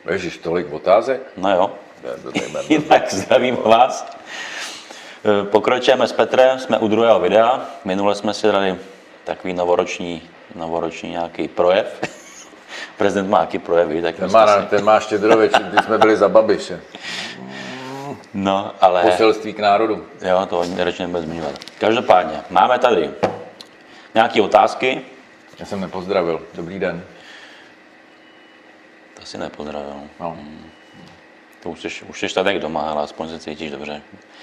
Ježiš, tolik otázek? No jo. Jinak zdravím vás. Pokračujeme s Petrem, jsme u druhého videa. Minule jsme si dali takový novoroční nějaký projev. Prezident má nějaký projevy, tak ten má Štědrověčí, když jsme byli za Babiše. No, ale... Poselství k národu. Jo, to radši nebudeme zmiňovat. Každopádně, máme tady nějaké otázky. Já jsem nepozdravil. Dobrý den. To si nepozdravil. No. To už jsi tady doma, ale aspoň se cítíš dobře.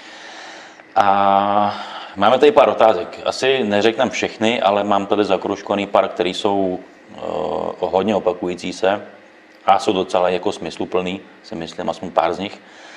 A máme tady pár otázek. Asi neřekneme všechny, ale mám tady zakružkovaný pár, které jsou hodně opakující se a jsou docela jako smysluplný, si myslím, aspoň pár z nich.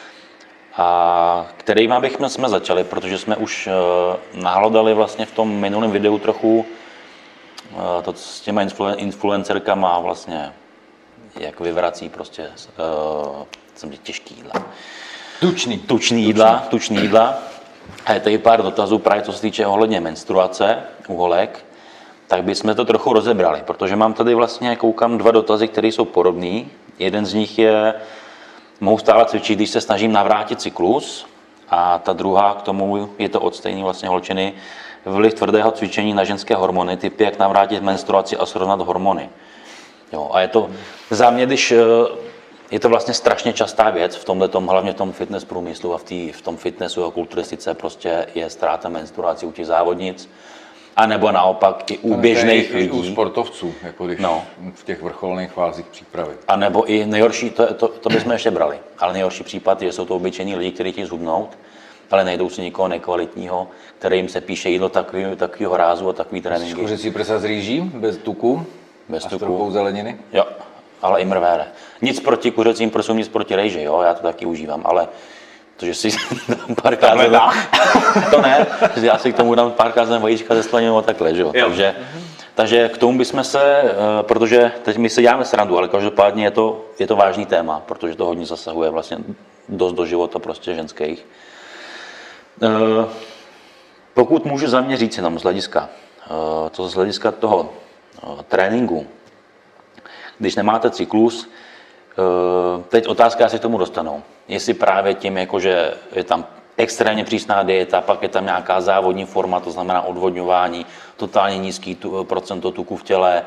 A kterýma jsme začali, protože jsme už nahlodali vlastně v tom minulém videu trochu to s těma influencerkama vlastně, jak vyvrací prostě těžký jídla. Tučný jídla. A je tady pár dotazů právě co se týče ohledně menstruace u holek, tak bychom to trochu rozebrali, protože mám tady vlastně, koukám, 2 dotazy, které jsou podobný. Jeden z nich je, mohu stále cvičit, když se snažím navrátit cyklus, a ta druhá k tomu je to od stejný vlastně holčiny, vliv tvrdého cvičení na ženské hormony, typy jak navrátit menstruaci a srovnat hormony. Jo, a je to za mě, když je to vlastně strašně častá věc v tomhletom, hlavně v tom fitness průmyslu a v tom fitnessu a kulturistice prostě je ztráta menstruací u těch závodnic, a nebo naopak i u běžných lidí. U sportovců, jako když v těch vrcholných fázích přípravy. A nebo i nejhorší, to bychom ještě brali, ale nejhorší případ je, jsou to obyčejní lidi, kteří chtějí zhubnout, ale nejdou si nikoho nekvalitního, kterým se píše jídlo takového rázu a takový tréninky. Kuřecí prsa s rýží, bez tuku, a s trochou zeleniny? Jo, ale i mrvére. Nic proti kuřecím prsům, nic proti rejži, jo, já to taky užívám, ale to, že si dám párkrát to ne, že já si k tomu dám párkrát vajíčka ze slaninou a takhle, že jo. Takže k tomu bychom se, protože teď my si děláme srandu, ale každopádně je to vážný téma, protože to hodně zasahuje vlastně dost do života prostě ženských. Pokud můžu za mě říct jenom z hlediska toho tréninku, když nemáte cyklus, teď otázka, jestli k tomu dostanou. Jestli právě tím, jakože je tam extrémně přísná dieta, pak je tam nějaká závodní forma, to znamená odvodňování, totálně nízký procento tuku v těle,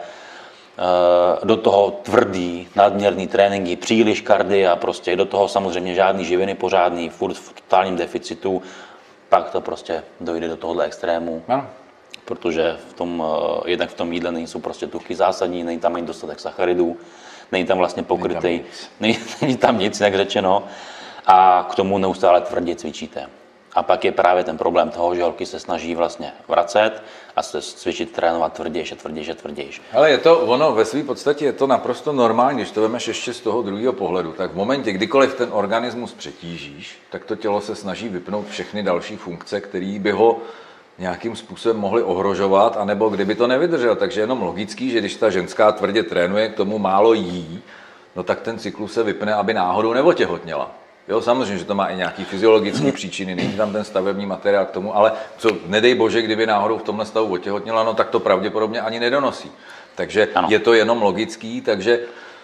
do toho tvrdý, nadměrný tréninky, příliš kardia, prostě do toho samozřejmě žádný živiny pořádný, furt v totálním deficitu, pak to prostě dojde do tohohle extrému. No. Protože jednak v tom jídle nejsou prostě tuky zásadní, není tam ani dostatek sacharidů, není tam vlastně pokrytý, není tam nic, jak řečeno, a k tomu neustále tvrdě cvičíte. A pak je právě ten problém toho, že holky se snaží vlastně vracet a se cvičit, trénovat tvrdější. Ale je to, ono ve své podstatě je to naprosto normální, když to vemeš ještě z toho druhého pohledu, tak v momentě, kdykoliv ten organismus přetížíš, tak to tělo se snaží vypnout všechny další funkce, které by ho nějakým způsobem mohli ohrožovat, anebo kdyby to nevydržel. Takže jenom logický, že když ta ženská tvrdě trénuje, k tomu málo jí, no tak ten cyklus se vypne, aby náhodou neotěhotněla. Jo, samozřejmě, že to má i nějaký fyziologické příčiny, není tam ten stavební materiál k tomu, ale co nedej bože, kdyby náhodou v tomhle stavu otěhotněla, no tak to pravděpodobně ani nedonosí. Takže ano. Je to jenom logický, takže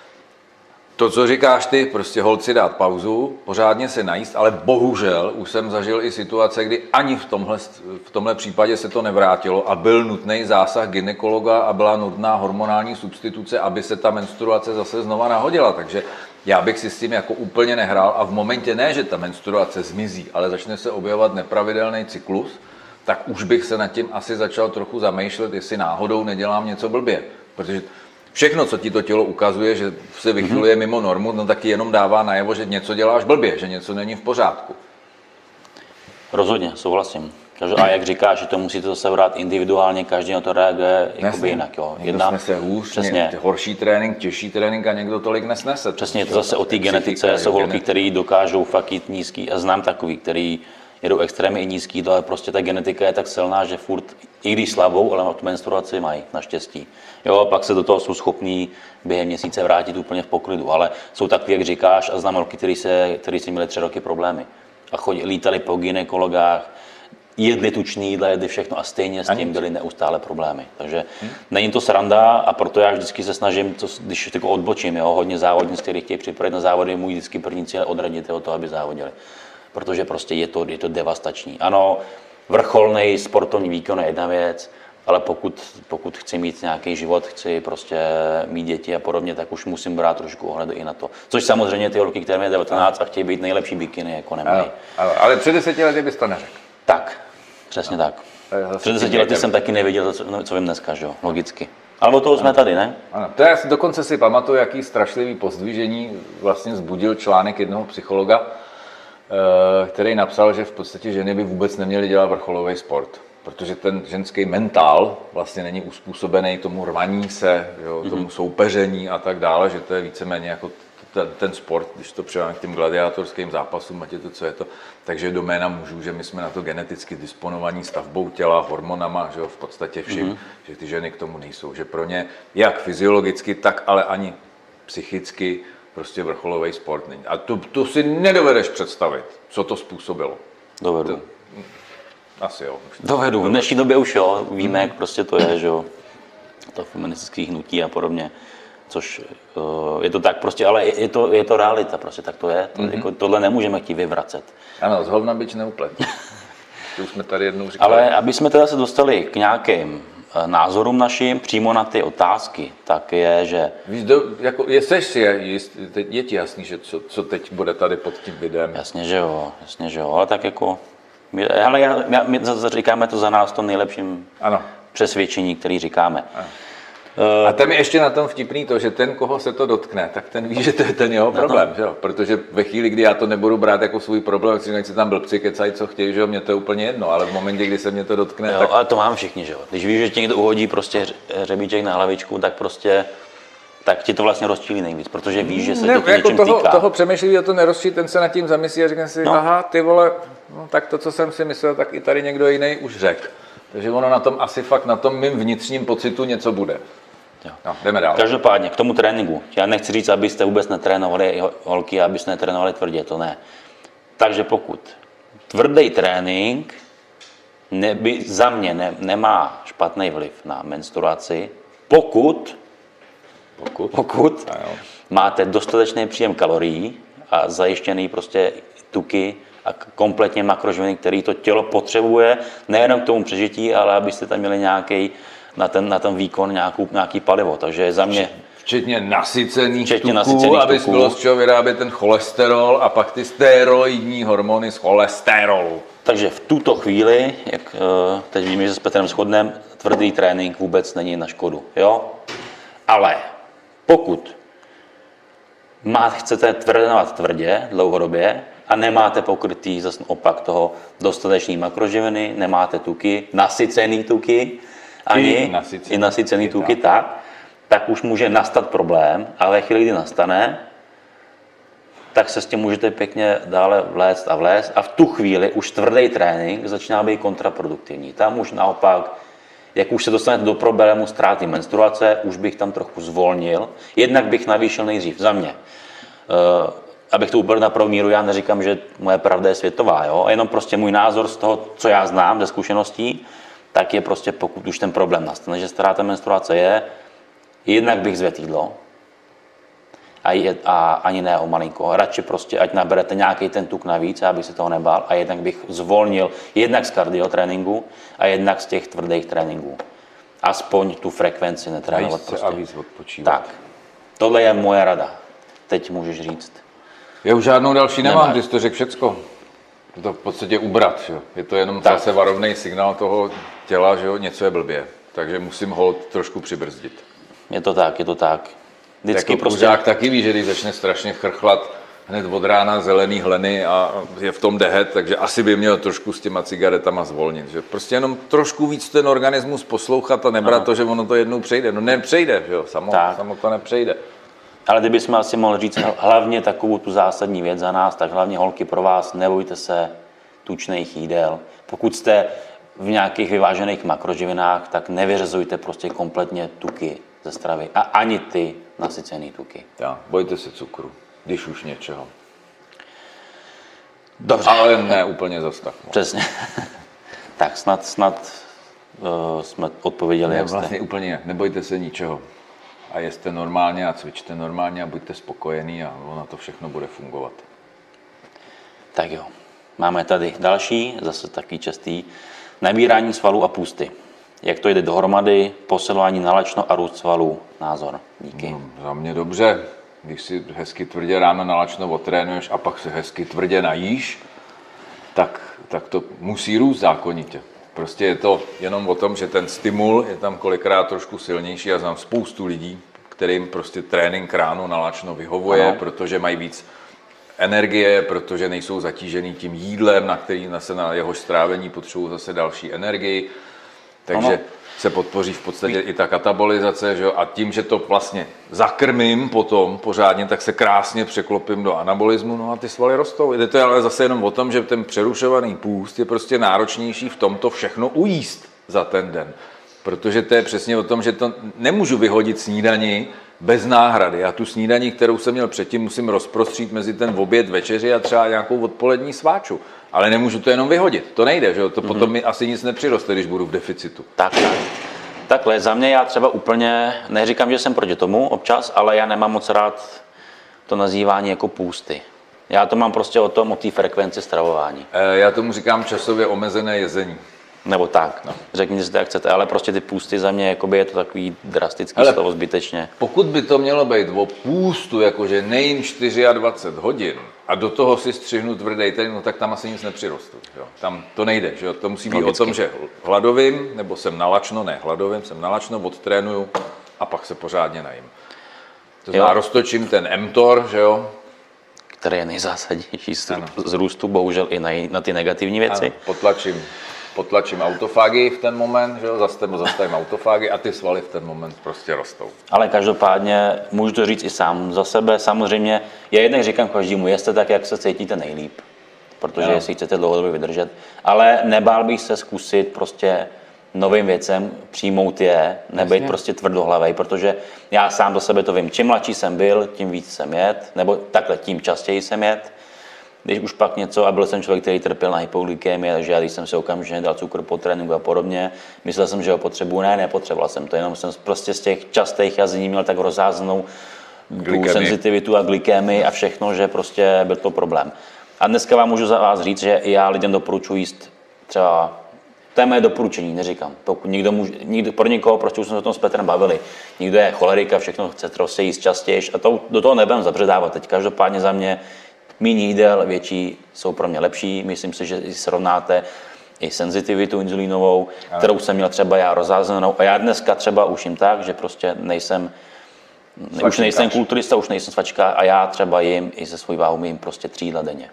to, co říkáš ty, prostě holci dát pauzu, pořádně se najíst, ale bohužel už jsem zažil i situace, kdy ani v tomhle případě se to nevrátilo a byl nutný zásah gynekologa a byla nutná hormonální substituce, aby se ta menstruace zase znova nahodila. Takže já bych si s tím jako úplně nehrál a v momentě ne, že ta menstruace zmizí, ale začne se objevovat nepravidelný cyklus, tak už bych se nad tím asi začal trochu zamýšlet, jestli náhodou nedělám něco blbě. Protože všechno, co ti to tělo ukazuje, že se vychyluje mimo normu, no taky jenom dává najevo, že něco děláš blbě, že něco není v pořádku. Rozhodně, souhlasím. A jak říkáš, že to musíte zase brát individuálně, každý na to reaguje jakoby jinak. Jo. Někdo snese hůř, horší trénink, těžší trénink a někdo tolik nesnese. Přesně, je to zase o té genetice. Jsou holky, které dokážou fakt jít nízký, a znám takový, který jedou extrémně i nízký, ale prostě ta genetika je tak silná, že furt, i když slabou, ale tu menstruaci mají, naštěstí. Jo, pak se do toho jsou schopní během měsíce vrátit úplně v poklidu, ale jsou takový, jak říkáš, a znám holky, který si měli 3 roky problémy. A lítali po gynekologách, jedli tučný jídla, jedli všechno a stejně s tím byly neustále problémy. Takže není to sranda a proto já vždycky se snažím, když jako odbočím, jo, hodně závodníků, kteří chtějí připravit na závody, můj vždycky první cíl odradit od toho, aby závodili. Protože prostě je to devastační. Ano, vrcholný sportovní výkon je jedna věc, ale pokud chci mít nějaký život, chci prostě mít děti a podobně, tak už musím brát trošku ohled i na to. Což samozřejmě ty holky, které mě 19 a chtějí být nejlepší bikiny, jako nemají. Ale před 10 lety bys to neřekl. Tak, přesně tak. Před 10 lety jsem taky nevěděl, co vím dneska, že jo, logicky. Ale od toho jsme tady, ne? Ano, to já dokonce si pamatuju, jaký strašlivý pozdvižení vlastně zbudil článek jednoho psychologa, který napsal, že v podstatě ženy by vůbec neměly dělat vrcholový sport. Protože ten ženský mentál vlastně není uspůsobený tomu rvaní se, jo, tomu soupeření a tak dále, že to je víceméně jako ten sport, když to přijde k těm gladiátorským zápasům, ať je to, co je to, takže doména mužů, že my jsme na to geneticky disponovaní stavbou těla, hormonama, že jo, v podstatě vším, že ty ženy k tomu nejsou, že pro ně jak fyziologicky, tak ale ani psychicky prostě vrcholový sport není. A to si nedovedeš představit, co to způsobilo. Dovedu. Asi jo. Dovedu. V dnešní době už jo, víme, jak prostě to je, že jo, to feministické hnutí a podobně, což je to tak prostě, ale je to realita, prostě tak to je. Jako, tohle nemůžeme chtít vyvracet. Ano, z hovna bič neupletí. To už jsme tady jednou říkali. Ale aby jsme teda se dostali k nějakým názorům našim, přímo na ty otázky, tak je, že... Víš, je ti jasný, že co teď bude tady pod tím videem? Jasně, že jo, ale tak jako... Ale my říkáme to za nás v tom nejlepším přesvědčení, který říkáme. Ano. A tam je ještě na tom vtipný to, že ten, koho se to dotkne, tak ten ví, že to je ten jeho problém, že jo? Protože ve chvíli, kdy já to nebudu brát jako svůj problém, si tam blbci kecají, co chtějí, že jo, mě to je úplně jedno, ale v momentě, kdy se mě to dotkne, jo, tak... ale to mám všichni, že jo. Když víš, že ti někdo uhodí prostě hřebíček na hlavičku, tak prostě tak ti to vlastně rozčílí nejvíc, protože víš, že se to jako něčem týká. Toho přemýšlivého to nerozčí, ten se nad tím zamyslí a říká si, aha, ty vole, no, tak to, co jsem si myslel, tak i tady někdo jiný už řekl. Takže ono na tom asi fakt, na tom mým vnitřním pocitu něco bude. No, jdeme dál. Každopádně k tomu tréninku. Já nechci říct, abyste vůbec netrénovali holky, abyste netrénovali tvrdě, to ne. Takže pokud tvrdý trénink za mě nemá špatný vliv na menstruaci, pokud máte dostatečný příjem kalorií a zajištěný prostě tuky a kompletně makroživiny, který to tělo potřebuje, nejenom k tomu přežití, ale abyste tam měli nějaký na ten výkon nějaký palivo, takže za mě... Včetně nasycených tuků, aby bylo z čeho vyrábět ten cholesterol a pak ty steroidní hormony z cholesterolu. Takže v tuto chvíli, jak teď víme, že se s Petrem shodneme, tvrdý trénink vůbec není na škodu, jo? Ale pokud chcete trénovat tvrdě, dlouhodobě, a nemáte pokrytý zase opak toho dostatečný makroživiny, nemáte tuky, nasycený tuky, ani i nasycený tuky, tak už může nastat problém, ale ve chvíli, kdy nastane, tak se s tím můžete pěkně dále vlézt a v tu chvíli už tvrdý trénink začíná být kontraproduktivní. Tam už naopak, jak už se dostanete do problému ztráty menstruace, už bych tam trochu zvolnil, jednak bych navýšil nejdřív za mě. Abych to uvedl na pravou míru, já neříkám, že moje pravda je světová, jo? Jenom prostě můj názor z toho, co já znám ze zkušeností, tak je prostě, pokud už ten problém nastane, že ztráta menstruace je, jednak bych zvedl jídlo a ani ne o malinko. Radši prostě, ať naberete nějaký ten tuk navíc, abych se toho nebál, a jednak bych zvolnil jednak z kardiotréninku a jednak z těch tvrdých tréninků. Aspoň tu frekvenci netrénovat prostě. A víc odpočívat. Tak, tohle je moje rada. Teď můžeš říct. Já už žádnou další nemám, když to řekl všecko. To v podstatě ubrat, že? Je to jenom zase varovný signál toho těla, že jo, něco je blbě. Takže musím ho trošku přibrzdit. Je to tak. Vždycky jako prostě... Kuřák taky ví, že když začne strašně chrchlat hned od rána zelený hleny a je v tom dehet, takže asi by měl trošku s těma cigaretama zvolnit. Že? Prostě jenom trošku víc ten organismus poslouchat a nebrat to, že ono to jednou přejde. No nepřejde, že jo, samo to nepřejde. Ale kdybychom asi mohli říct hlavně takovou tu zásadní věc za nás, tak hlavně holky pro vás, nebojte se tučných jídel. Pokud jste v nějakých vyvážených makroživinách, tak nevyřezujte prostě kompletně tuky ze stravy. A ani ty nasycený tuky. Bojte se cukru, když už něčeho. Dobře. Ale ne úplně zas tak. Přesně. Tak snad jsme odpověděli, jak jste. Vlastně úplně, nebojte se ničeho. A jeste normálně a cvičte normálně a buďte spokojení a ono to všechno bude fungovat. Tak jo, máme tady další, zase taky častý, nabírání svalů a půsty. Jak to jde dohromady, posilování na lačno a růst svalů, názor. Díky. No, za mě dobře, když si hezky tvrdě ráno na lačno otrénuješ a pak se hezky tvrdě najíš, tak to musí růst zákonitě. Prostě je to jenom o tom, že ten stimul je tam kolikrát trošku silnější. Já znám spoustu lidí, kterým prostě trénink ráno na lačno vyhovuje, ano. Protože mají víc energie, protože nejsou zatížený tím jídlem, na jehož strávení potřebují zase další energii. Takže se podpoří v podstatě i ta katabolizace, že? A tím, že to vlastně zakrmím potom pořádně, tak se krásně překlopím do anabolismu, no a ty svaly rostou. Jde to ale zase jenom o tom, že ten přerušovaný půst je prostě náročnější v tomto všechno ujíst za ten den. Protože to je přesně o tom, že to nemůžu vyhodit snídani bez náhrady. Já tu snídani, kterou jsem měl předtím, musím rozprostřít mezi ten oběd, večeři a třeba nějakou odpolední sváču. Ale nemůžu to jenom vyhodit. To nejde, že jo? To potom mi asi nic nepřiroste, když budu v deficitu. Takhle, za mě já třeba úplně, neříkám, že jsem proti tomu občas, ale já nemám moc rád to nazývání jako půsty. Já to mám prostě o té frekvenci stravování. Já tomu říkám časově omezené jezení. Nebo tak, no. Řekněte si to, jak chcete, ale prostě ty půsty za mě jakoby je to takový drastický slovo zbytečně. Pokud by to mělo být o půstu, jakože nejím 24 hodin a do toho si střihnu tvrdý ten, no tak tam asi nic nepřirostu. Jo. Tam to nejde, že jo. To musí být logicky o tom, že hladovým, nebo jsem nalačno, ne hladovým, jsem nalačno, odtrénuju a pak se pořádně najím. To znamená, roztočím ten mTOR, že jo. Který je nejzásadnější z růstu, bohužel i na ty negativní věci. Ano, potlačím autofágii v ten moment, že jo, zastavím autofágii a ty svaly v ten moment prostě rostou. Ale každopádně můžu to říct i sám za sebe, samozřejmě, já jednak říkám každému, jeste tak, jak se cítíte nejlíp, protože jestli chcete dlouhodobě vydržet, ale nebál bych se zkusit prostě novým věcem přijmout je, nebejt prostě tvrdohlavej, protože já sám do sebe to vím, čím mladší jsem byl, tím víc jsem jet, nebo takhle, tím častěji jsem jet. Když už pak něco, a byl jsem člověk, který trpěl na hypoglykemii, takže já když jsem se okamžitě dal cukr po tréninku a podobně, myslel jsem, že ho potřebuji, nepotřeboval jsem to, jenom jsem prostě z těch častých jazení měl tak rozházenou tu senzitivitu a glykemii a všechno, že prostě byl to problém. A dneska vám můžu za vás říct, že já lidem doporučuji jíst třeba, to je moje doporučení, neříkám, pokud pro někoho, prostě už jsme se o tom s Petrem bavili, někdo je cholerika, všechno chce prostě jíst častěji a do toho nebudem zabředávat teď, každopádně za mě méně jídel, větší jsou pro mě lepší. Myslím si, že srovnáte i senzitivitu inzulínovou, kterou jsem měl třeba já rozházenou. A já dneska třeba už jim tak, že prostě už nejsem kulturista, už nejsem svačka a já třeba jim i se svojí váhou jim prostě 3 jídla denně.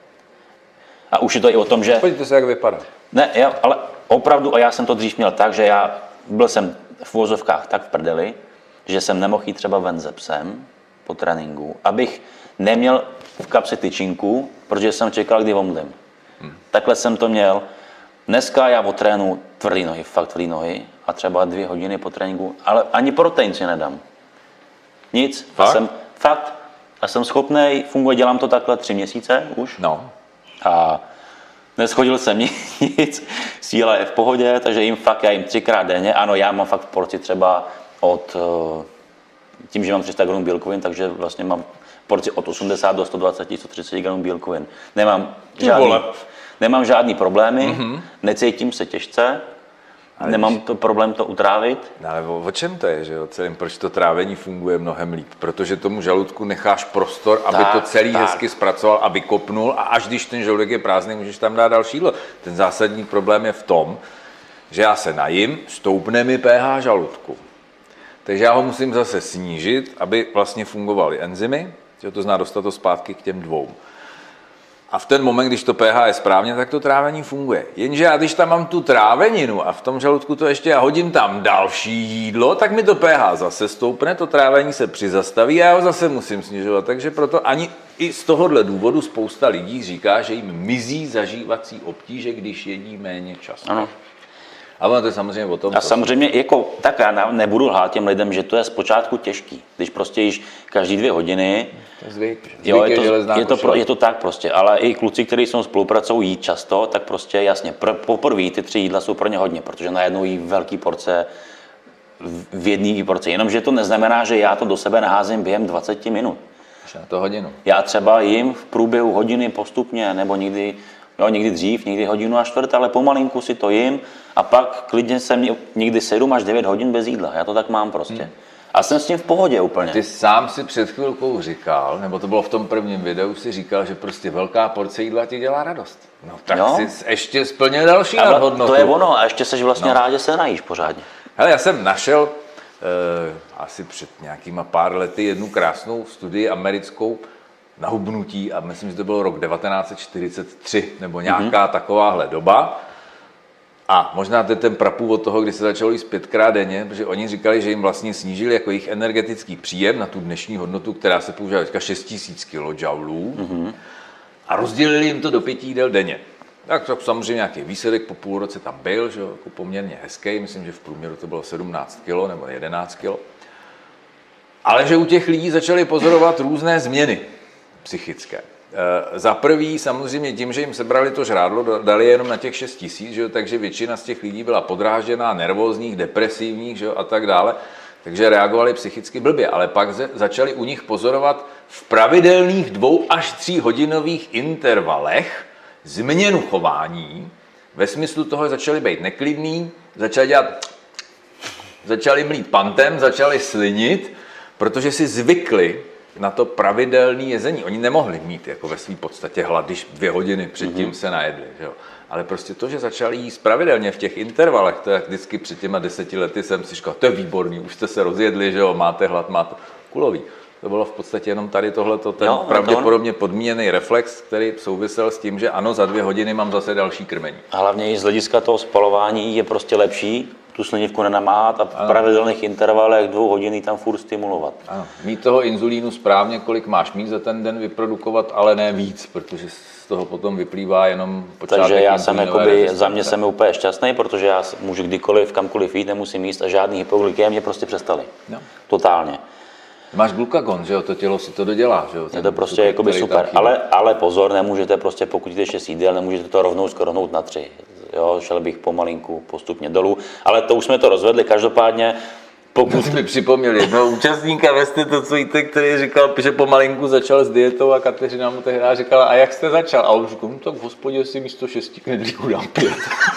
A už je to i o tom, že... Podívejte se, jak vypadá. Ne, ale opravdu, a já jsem to dřív měl tak, že já byl jsem v uvozovkách tak v prdeli, že jsem nemohl jít třeba ven ze psem po tréninku, abych neměl v kapsi tyčinku, protože jsem čekal, kdy omdlím. Takhle jsem to měl. Dneska já otrénu tvrdý nohy, fakt tvrdý nohy a třeba 2 hodiny po tréninku, ale ani protein si nedám. Nic. Fakt? A jsem schopný fungovat, dělám to takhle 3 měsíce už. No. A neschodil jsem nic, síla je v pohodě, takže já jim 3krát denně. Ano, já mám fakt porci třeba tím, že mám 300 gramů bílkovin, takže vlastně mám porci od 80 do 120, 130 gramů bílkovin. Nemám žádný problémy, necítím se těžce, nemám problém to utrávit. No, ale o čem to je, že jo? Proč to trávení funguje mnohem líp? Protože tomu žaludku necháš prostor, aby to celý hezky zpracoval a vykopnul a až když ten žaludek je prázdný, můžeš tam dát další jídlo. Ten zásadní problém je v tom, že já se najím, stoupne mi pH žaludku. Takže já ho musím zase snížit, aby vlastně fungovaly enzymy, to znamená dostat to zpátky k těm 2. A v ten moment, když to pH je správně, tak to trávení funguje. Jenže já, když tam mám tu tráveninu a v tom žaludku to ještě já hodím tam další jídlo, tak mi to pH zase stoupne, to trávení se přizastaví a já ho zase musím snižovat. Takže proto ani i z tohohle důvodu spousta lidí říká, že jim mizí zažívací obtíže, když jedí méně často. Ano. Ale to je samozřejmě o tom. A samozřejmě, jako, tak já nebudu lhát těm lidem, že to je zpočátku těžký. Když prostě již každý 2 hodiny, jo, je to tak prostě, ale i kluci, kteří jsou spolupracují jí často, tak prostě jasně, poprvé ty 3 jídla jsou pro ně hodně, protože najednou jí velký porce v jedné porci. Jenomže to neznamená, že já to do sebe naházím během 20 minut. Na to hodinu. Já třeba jim v průběhu hodiny postupně, nebo někdy dřív, někdy 1,25 hodiny, ale pomalinku si to jim a pak klidně jsem někdy 7 až 9 hodin bez jídla. Já to tak mám prostě. A jsem s tím v pohodě úplně. Ty sám si před chvilkou říkal, nebo to bylo v tom prvním videu, si říkal, že prostě velká porce jídla ti dělá radost. No tak jo? Si ještě splnil další nadhodnotu. To je ono a ještě seš vlastně rád, že se najíš pořádně. Hele, já jsem našel asi před nějakýma pár lety jednu krásnou studii americkou na hubnutí a myslím, že to byl rok 1943 nebo nějaká takováhle doba. A možná to je ten prapůvod toho, kdy se začalo jíst 5krát denně, protože oni říkali, že jim vlastně snížili jako jejich energetický příjem na tu dnešní hodnotu, která se používá teďka 6000 kJ a rozdělili jim to do 5 jídel denně. Tak samozřejmě nějaký výsledek po půl roce tam byl, že jako poměrně hezký, myslím, že v průměru to bylo 17 kg nebo 11 kg. Ale že u těch lidí začali pozorovat různé změny psychické. Za prvý samozřejmě tím, že jim sebrali to žrádlo, dali jenom na těch 6 000, že jo, takže většina z těch lidí byla podrážděná, nervózních, depresivních, že jo, a tak dále, takže reagovali psychicky blbě, ale pak začali u nich pozorovat v pravidelných 2 až 3 hodinových intervalech změnu chování, ve smyslu toho začali být neklidní, začali mlít pantem, začali slinit, protože si zvykli na to pravidelné jezení. Oni nemohli mít jako ve své podstatě hlad, když 2 hodiny předtím se najedli. Že jo? Ale prostě to, že začali jíst pravidelně v těch intervalech, to jak vždycky před těma 10 lety jsem si říkal, to je výborný, už jste se rozjedli, že jo, máte hlad, máte kulový. To bylo v podstatě jenom tady tohleto, ten pravděpodobně podmíněný reflex, který souvisel s tím, že ano, za 2 hodiny mám zase další krmení. A hlavně i z hlediska toho spalování je prostě lepší tu slinivku nenamáhat a v pravidelných intervalech 2 hodiny tam furt stimulovat. Ano. Mít toho inzulínu správně, kolik máš mít za ten den vyprodukovat, ale ne víc, protože z toho potom vyplývá jenom počátek. Takže já jsem za mě jsem úplně šťastný, protože já můžu kdykoliv, kamkoliv jít, nemusím jíst a žádný hypoglykémie prostě přestali. No. Totálně. Máš glukagon, že jo, to tělo si to dodělá, že jo. Je to prostě jakoby super, ale pozor, nemůžete prostě, pokud jdete 6 jídel, nemůžete to rovnou skoronout na 3. Jo, šel bych pomalinku postupně dolů, ale to už jsme to rozvedli, každopádně pokud... mi připomněl jednoho účastníka ve Stetocuite, který říkal, že pomalinku začal s dietou a Kateřina mu tehdy říkala, a jak jste začal? A on říkal, no tak v hospodě si místo 6 knedlíků dám 5.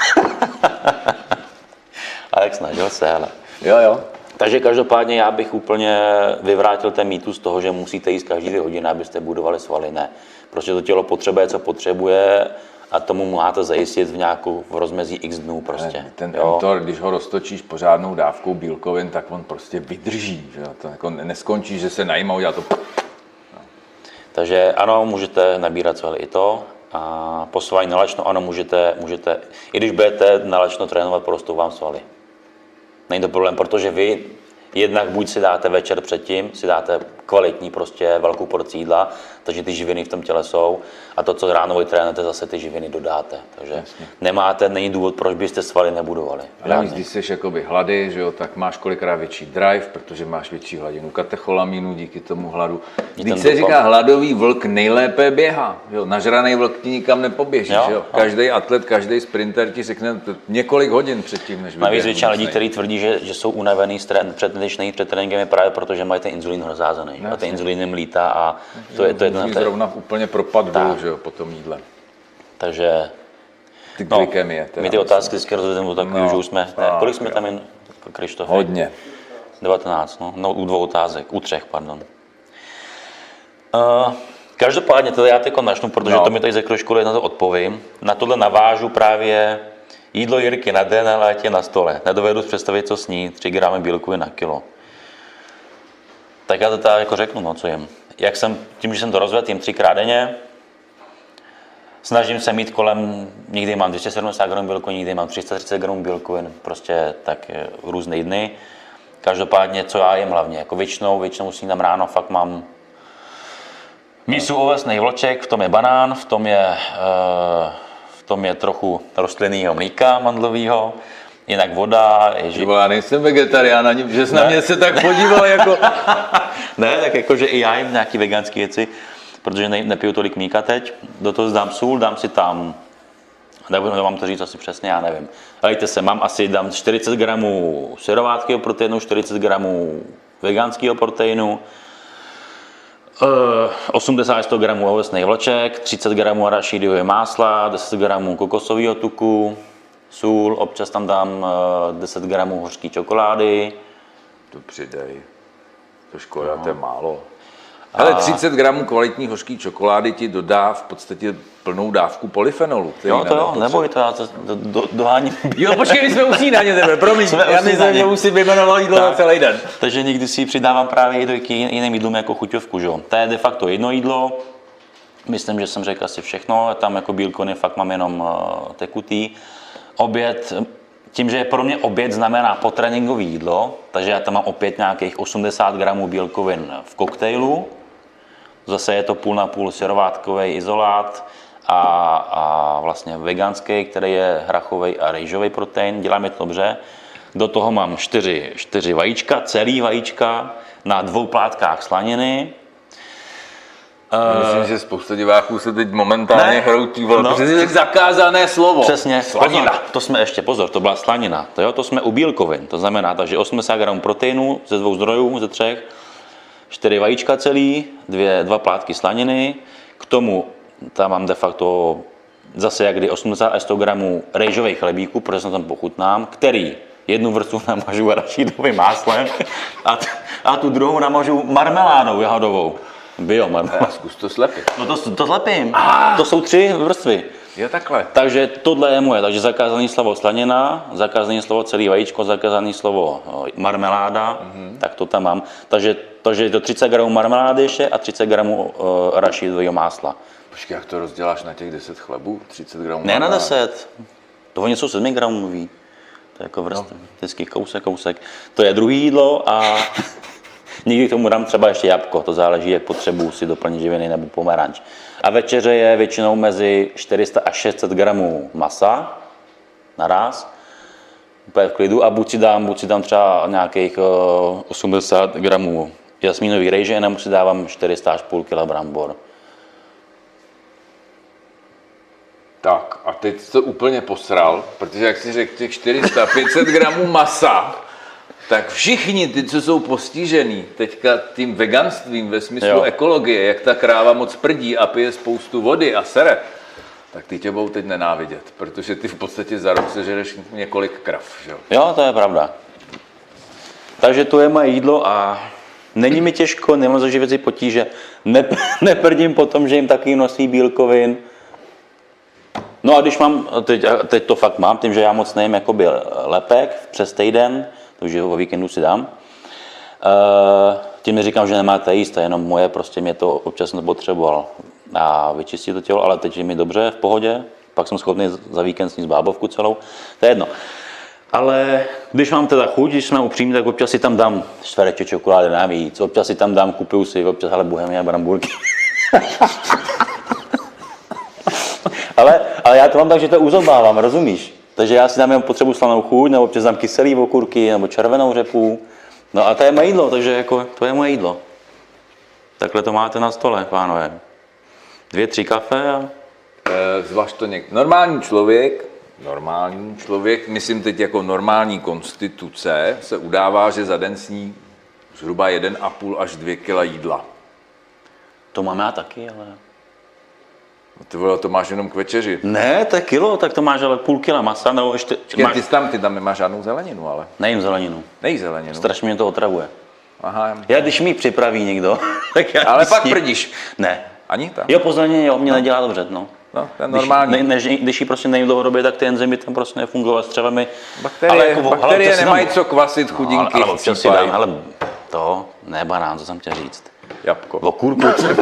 A jak snažil se, ale. Jo. Takže každopádně já bych úplně vyvrátil ten mýtus toho, že musíte jíst každý 2 hodiny, abyste budovali svaly. Ne. Prostě to tělo potřebuje, co potřebuje a tomu máte zajistit v rozmezí x dnů prostě. Ten mTOR, když ho roztočíš pořádnou dávkou bílkovin, tak on prostě vydrží. Že? To jako neskončí, že se najím a udělá to. No. Takže ano, můžete nabírat svaly i to. A posování na lačno, ano, můžete, i když budete na lačno trénovat, porostou vám svaly. Není to problém, protože vy jednak buď si dáte večer předtím, si dáte kvalitní prostě velkou porci jídla, takže ty živiny v tom těle jsou a to, co ráno trénujete, zase ty živiny dodáte. Takže není důvod, proč byste svaly nebudovali. Ale když jsi jakoby hlady, že jo, tak máš kolikrát větší drive, protože máš větší hladinu katecholaminu díky tomu hladu. Když se říká hladový vlk nejlépe běhá, jo, nažraný vlk ti nikam nepoběží, jo. Každý atlet, každý sprinter ti řekne několik hodin předtím, než navíc většina lidí, kteří tvrdí, že jsou unavený před tréninkem, je právě proto, že mají ten inzulín rozházený. A ten inzulín jim lítá a to je zrovna úplně propad dolů, že jo, po tom jídle. Takže ty glykemie. My ty otázky vždycky rozhodneme takový, že už jsme, kolik jsme tam jen, Krištof? Hodně. 19, no, u 2 otázek, u 3, pardon. Každopádně to já teď načnu, protože to mi tady ze krošku na to odpovím. Na tohle navážu právě jídlo Jirky na den, ale ať je na stole. Nedovedu si představit, co sní, 3 gramy bílkovin na kilo. Tak já to tady jako řeknu, co jim. Tím, že jsem to rozvedl, jim 3krát denně. Snažím se mít někdy mám 270 gramů bílkovin, někdy mám 330 gramů bílkovin, prostě tak různé dny. Každopádně, co já jim hlavně, jako většinou snídám ráno, fakt mám mísu ovesných vloček, v tom je banán, v tom je trochu rostlinného mlíka mandlového, jinak voda. Já nejsem vegetarián, ani že jsi na mě se tak podíval jako... Ne, tak jakože i já jim nějaký veganský věci, protože nepiju tolik mlíka teď. Do toho dám sůl, dám si tam, nebudu vám to říct asi přesně, já nevím. Hejte se, dám 40 gramů syrovátkého proteinu, 40 gramů veganského proteinu, 80-100 gramů ovocných vlček, 30 gramů arašídového másla, 10 gramů kokosového tuku, sůl, občas tam dám 10 gramů hořké čokolády. To přidej, to škoda, to je málo. Ale 30 gramů kvalitní hořký čokolády ti dodá v podstatě plnou dávku polyfenolu. Jo, to jo, neboj to, já to doháním. Jo, počkej, my jsme u snídaně tebe, promiň, já myslím, že musím vyjmenovat jídlo na celý den. Takže někdy si přidávám právě i k jiným jídlům jako chuťovku, že jo. To je de facto jedno jídlo, myslím, že jsem řekl asi všechno, tam jako bílkoviny fakt mám jenom tekutý. Oběd, tím, že pro mě oběd znamená potréninkové jídlo, takže já tam mám opět nějakých 80 gramů bílkovin v koktejlu. Zase je to půl na půl syrovátkový izolát a vlastně veganský, který je hrachový a rejžový protein. Dělá mi to dobře. Do toho mám 4 vajíčka, celý vajíčka na 2 plátkách slaniny. Myslím, že spousta diváků se teď momentálně hroutí, protože je zakázané slovo. Přesně, slanina. To jsme ještě, pozor, to byla slanina. To jsme u bílkovin, to znamená, takže 80 gramů proteinu ze 2 zdrojů, ze 3, 4 vajíčka celý, 2 plátky slaniny, k tomu tam mám de facto zase jak kdy 80 až 100 gramů rejžových chlebíků, protože jsem tam pochutnám, který jednu vrstvu namažu arašídovým máslem a tu druhou namažu marmeládou jahodovou. Biomarmeládou. Zkus to slepit. No to slepím. To jsou 3 vrstvy. Jo, takhle. Takže tohle je moje, takže zakázané slovo slanina, zakázané slovo celý vajíčko, zakázané slovo marmeláda, tak to tam mám. Takže je to 30 gramů marmelády ještě a 30 gramů arašídového másla. Počkej, jak to rozděláš na těch 10 chlebů? 30 gramů Ne na 10, to něco 7 gramů mluví. To je jako vrstev, vždycky kousek. To je druhý jídlo a někdy k tomu dám třeba ještě jabko, to záleží, jak potřebuji si doplnit živiny nebo pomeranč. A večeře je většinou mezi 400 až 600 gramů masa naraz, úplně v klidu, a buď si dám třeba nějakých 80 gramů jasmínový rejže, nebo si dávám 400 až půl kila brambor. Tak a teď to úplně posral, protože jak jsi řekl těch 400-500 gramů masa, tak všichni ty, co jsou postižený teďka tím veganstvím ve smyslu ekologie, jak ta kráva moc prdí a pije spoustu vody a sere, tak ty tě budou teď nenávidět, protože ty v podstatě za rok sežereš několik krav. Že? Jo, to je pravda. Takže to je moje jídlo a není mi těžko, nemám za živěcí potíže, neprdím po tom, že jim taky množství bílkovin. No a když mám, teď to fakt mám, tím, že já moc nejím jakoby lepek přes týden, takže ho o víkendu si dám. Tím neříkám, že nemáte jíst, jenom moje, prostě mě to občas nepotřeboval a vyčistit to tělo, ale teď je mi dobře, v pohodě, pak jsem schopný za víkend sníst bábovku celou, to je jedno. Ale když mám teda chuť, když jsme upřímní, tak občas si tam dám čtvereče čokolády navíc, občas si tam dám, kupuju si občas ale bohemia brambůrky. ale já to mám tak, že to uzobávám, rozumíš? Takže já si dám jenom potřebu slanou chuť, nebo občas dám kyselý okurky, nebo červenou řepu. No a to je moje jídlo, takže jako, to je moje jídlo. Takhle to máte na stole, pánové. 2-3 kafe a... Zvlášť to normální člověk, myslím teď jako normální konstituce, se udává, že za den sní zhruba 1,5 až 2 kila jídla. To mám já taky, ale... Ty vole, to máš jenom k večeři. Ne, to je kilo, tak to máš ale půl kila masa, nebo ještě... Ty tam nemáš žádnou zeleninu, ale... Nejím zeleninu. Nejí zeleninu. Strašně mě to otravuje. Aha. Já když mi připraví někdo, tak já... Ale pak prdíš. Ne. Ani tam? Jo, po zelenině, jo, mě nedělá dobře, no. No, to je normální. Když ji prostě nejím dlouhodobě, tak ty enzymy tam prostě nefungují s střevami. Bakterie nemají co kvasit, chudinky. Ale občas si dám, ale to, ne banán, co jsem chtěl říct. Jabko. Okurku třeba.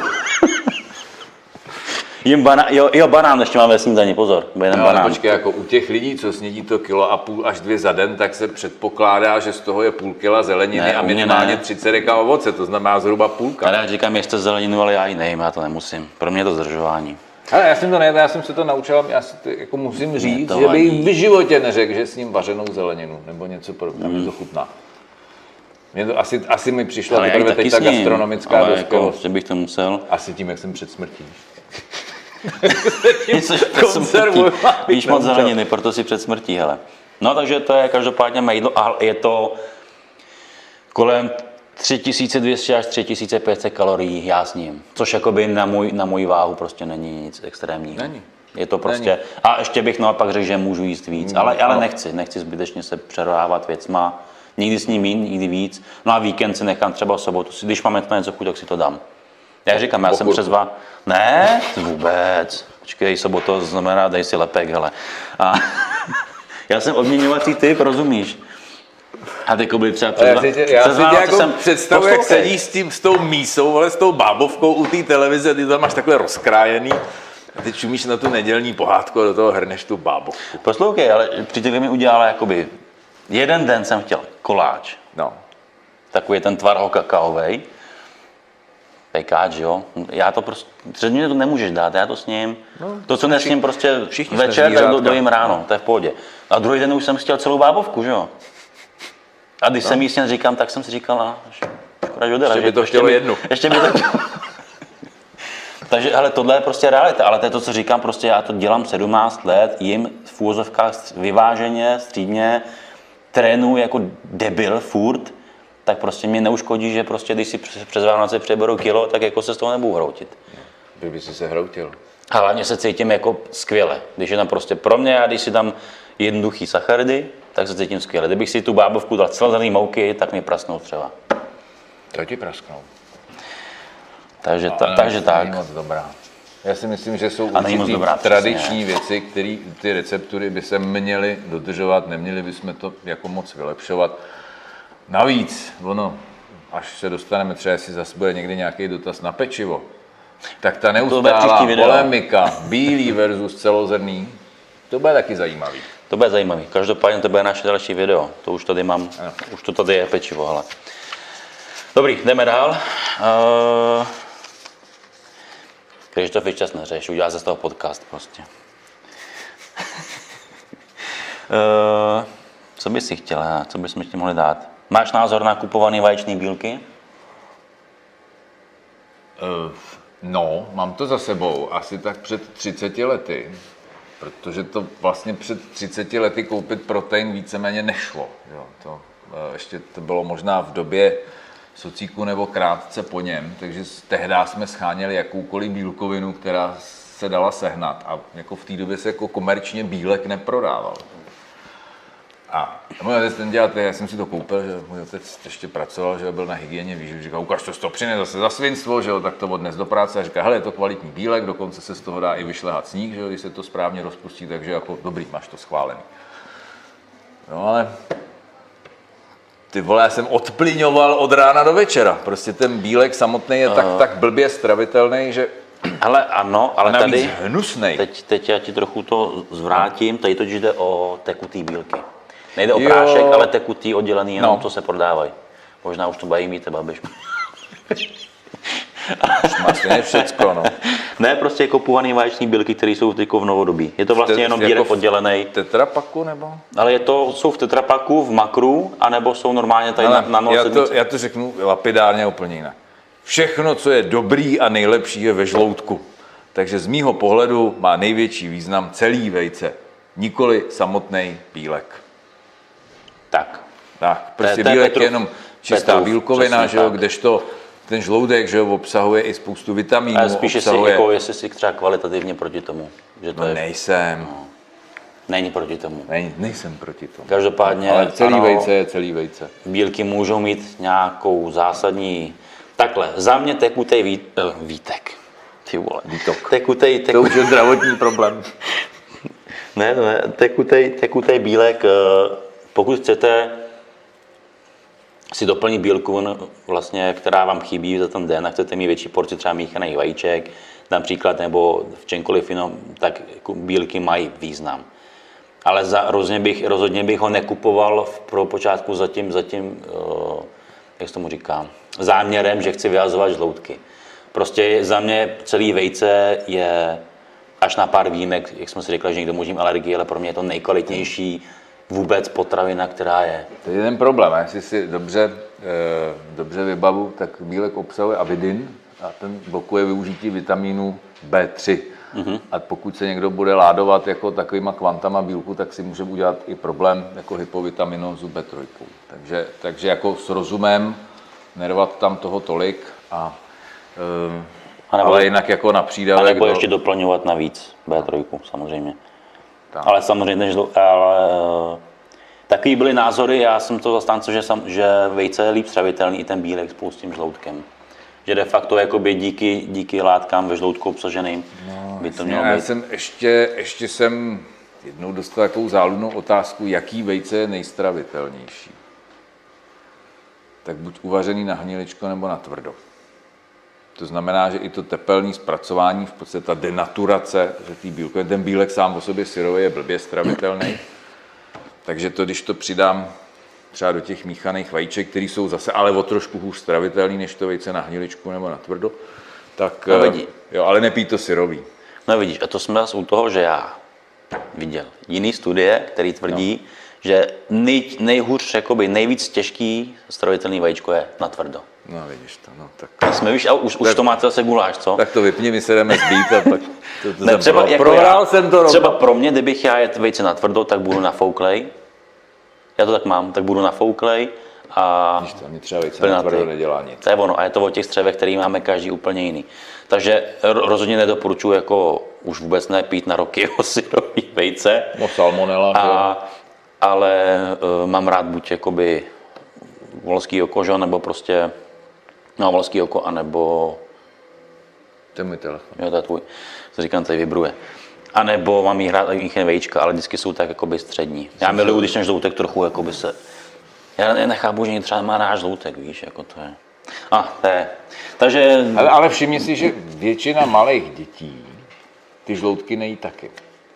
Banán ještě mám ve snídani, pozor. No, počkej, jako u těch lidí, co snědí to 1,5 až 2 za den, tak se předpokládá, že z toho je půl kila zeleniny a minimálně 30 deka ovoce, to znamená zhruba půlka. Ale já říkám, jestli zeleninu, ale já ji nejím, já to nemusím. Pro mě je to zdržování. Ale já jsem se to naučil, já si to jako musím říct, že vadí. bych v životě neřekl, že s ním vařenou zeleninu nebo něco podobného, mi to chutná. Mě to asi mi přišla teprve teď ta gastronomická dospělost. Jako, bych to musel. Asi tím, jak jsem před smrtí. Víš moc zeleniny, proto si před smrtí, hele. No takže to je každopádně mé jídlo a je to kolem 3200 až 3500 kalorií já s ním. Což jakoby na můj váhu prostě není nic extrémního. Není. Je to prostě, a ještě bych naopak řekl, že můžu jíst víc, ale nechci zbytečně se přerodávat věcma. Nikdy s ním míň, nikdy víc. No a víkend si nechám třeba sobotu, když mám na něco chuť, tak si to dám. Já říkám, já jsem přes dva. Ne, vůbec. Počkej, sobotu znamená, dej si lepek, hele. A já jsem odměňovací typ, rozumíš? A teď byli třeba já si tě jako představuji, jak sedíš s tou mísou, ale s tou bábovkou u té televize, ty tam máš takhle rozkrájený. A ty čumíš na tu nedělní pohádku a do toho hrneš tu bábovku. Poslouchej, ale přijďte mi udělala jakoby, jeden den jsem chtěl koláč. No. Takový ten tvar kakaovej. Pekáč, jo. Já to prostě, před mě to nemůžeš dát, já to s ním. No, to, co nesním prostě večer, tak dojím ráno, to je v pohodě. A druhý den už jsem chtěl celou bábovku, že jo. A když jsem jí sněn říkám, tak jsem si říkal, škoda, že ještě by to chtělo jednu. Ještě by to chtělo. Takže, ale tohle je prostě realita, ale to je to, co říkám, prostě já to dělám 17 let, jim v úvozovkách vyváženě, střídně, trénuji jako debil furt, tak prostě mě neuškodí, že prostě, když si přes Vánoce přeberu kilo, tak jako se z toho nebudu hroutit. By si se hroutil. A hlavně se cítím jako skvěle, když je tam prostě pro mě, a když si tam jednoduchý sacharidy, tak se cítím skvěle. Kdybych si tu bábovku dal celé mouky, tak mi prasnou třeba. To ti prasknou. Takže tak. Není moc dobrá. Já si myslím, že jsou určitý tradiční věci, které ty receptury by se měly dodržovat, neměli bychom to jako moc vylepšovat. Navíc, až se dostaneme, třeba jestli zase bude někdy nějaký dotaz na pečivo, tak ta neustálá polemika, bílý versus celozrnný, to bude taky zajímavý. To bude zajímavý. Každopádně to bude naše další video. To už tady mám, už to tady je pečivo, hele. Dobrý, jdeme dál. Krištof čas neřeš, udělá se z toho podcast prostě. Co bys si chtěla, co bychom ti mohli dát? Máš názor na kupované vaječné bílky? No, mám to za sebou, asi tak před 30 lety, protože to vlastně před 30 lety koupit protein víceméně nešlo. Jo, ještě to bylo možná v době socíku nebo krátce po něm, takže tehdy jsme scháněli jakoukoliv bílkovinu, která se dala sehnat a jako v té době se jako komerčně bílek neprodával. A můj otec ten dělal, já jsem si to koupil, že můj otec ještě pracoval, že byl na hygieně výživy, říkal, ukaž to přines zase za svinstvo, že jo, tak to odnes do práce a říká, hele, je to kvalitní bílek, dokonce se z toho dá i vyšlehat sníh, že jo, když se to správně rozpustí, takže jako dobrý, máš to schválený. No ale ty vole, já jsem odplyňoval od rána do večera, prostě ten bílek samotný je tak blbě stravitelný, že hele, ano, ale tady hnusnej. Teď já ti trochu to zvrátím, tady totiž jde o tekutý bílky. Nejde o prášek, ale tekutý oddělený jenom, co se prodávají. Možná už to baví mít, babiš. Máš stejně všecko, no. Ne, prostě kupované vaječné bílky, které jsou teď v novodobí. Je to vlastně jenom bílek oddělený. V tetrapaku nebo? Ale jsou v tetrapaku, v makru, anebo jsou normálně tady na 0,7. Já to řeknu lapidárně úplně jinak. Všechno, co je dobrý a nejlepší, je ve žloutku. Takže z mýho pohledu má největší význam celý vejce, nikoli samotný bílek. Tak. Prostě bílek je jenom čistá bílkovina, že jo, kdežto ten žloudek, že jo, obsahuje i spoustu vitamínů. Ale spíš jestli si třeba kvalitativně proti tomu. Že to nejsem. No. Není proti tomu. Nejsem proti tomu. Každopádně, ale celý vejce je celý vejce. Bílky můžou mít nějakou zásadní. Takhle, za mě tekutej vítek. Ty vole. Vítok. To už je zdravotní problém. ne, tekutej bílek, pokud chcete si doplnit bílkovinu, vlastně, která vám chybí za ten den a chcete mít větší porci třeba míchaných vajíček, například, nebo v čemkoliv jinom, tak bílky mají význam. Ale rozhodně bych ho nekupoval pro počátku zatím, jak se tomu říká, záměrem, že chci vyhazovat žloutky. Prostě za mě celý vejce je až na pár výjimek, jak jsme si řekli, že někdo může mít alergii, ale pro mě je to nejkvalitnější vůbec potravina, která je. To je ten problém, jestli si dobře vybavu, tak bílek obsahuje avidin a ten blokuje využití vitamínu B3. A pokud se někdo bude ládovat jako takovýma kvantama bílku, tak si může udělat i problém jako hypovitaminózu B3. Takže jako s rozumem nervat tam toho tolik ale jinak jako na přídavek. A nebo ještě doplňovat navíc B3, samozřejmě. Tak. Ale samozřejmě, takový byly názory, já jsem to zastánce, že vejce je líp stravitelný i ten bílek spolu s tím žloutkem. Že de facto jakoby díky látkám ve žloutku obsaženým by to mělo být. Já jsem ještě jsem jednou dostal takovou záludnou otázku, jaký vejce je nejstravitelnější. Tak buď uvařený na hniličko nebo na tvrdo. To znamená, že i to tepelné zpracování, v podstatě ta denaturace, že ten bílek sám o sobě syrový je blbě stravitelný. Takže to, když to přidám třeba do těch míchaných vajíček, které jsou zase ale o trošku hůř stravitelný, než to vejce na hniličku nebo na tvrdo, tak jo, ale nepij to syrový. No vidíš, a to jsme zase u toho, že já viděl jiný studie, který tvrdí, že nejhůř, jakoby nejvíc těžký stravitelný vajíčko je na tvrdo. No vidíš to, no tak. Jsme, víš, a už to máte zase guláš, co? Tak to vypni, my se jdeme zbít a pak Ne, třeba, prohrál jsem to. Třeba pro mě, kdybych já jet vejce na tvrdo, tak budu nafouklej. Já to tak mám, tak budu nafouklej a Víš to, mě třeba vejce na tvrdo nedělá nic. To je ono a je to o těch střevech, který máme každý úplně jiný. Takže rozhodně nedoporučuji jako už vůbec nepít na roky syrový vejce. No salmonella, ale mám rád buď jakoby volský oko, že? Nebo prostě volský oko, anebo... To je můj telefon. Jo, to je tvůj. To říkám, tady vibruje. A nebo mám jí hrát i vejčka, ale vždycky jsou tak jakoby střední. Já miluju, když ten žloutek trochu jakoby se... Já nechápu, že někdo třeba má náš žloutek, víš, jako to je... To je... Takže... Ale všimni si, že většina malých dětí ty žloutky nejí taky.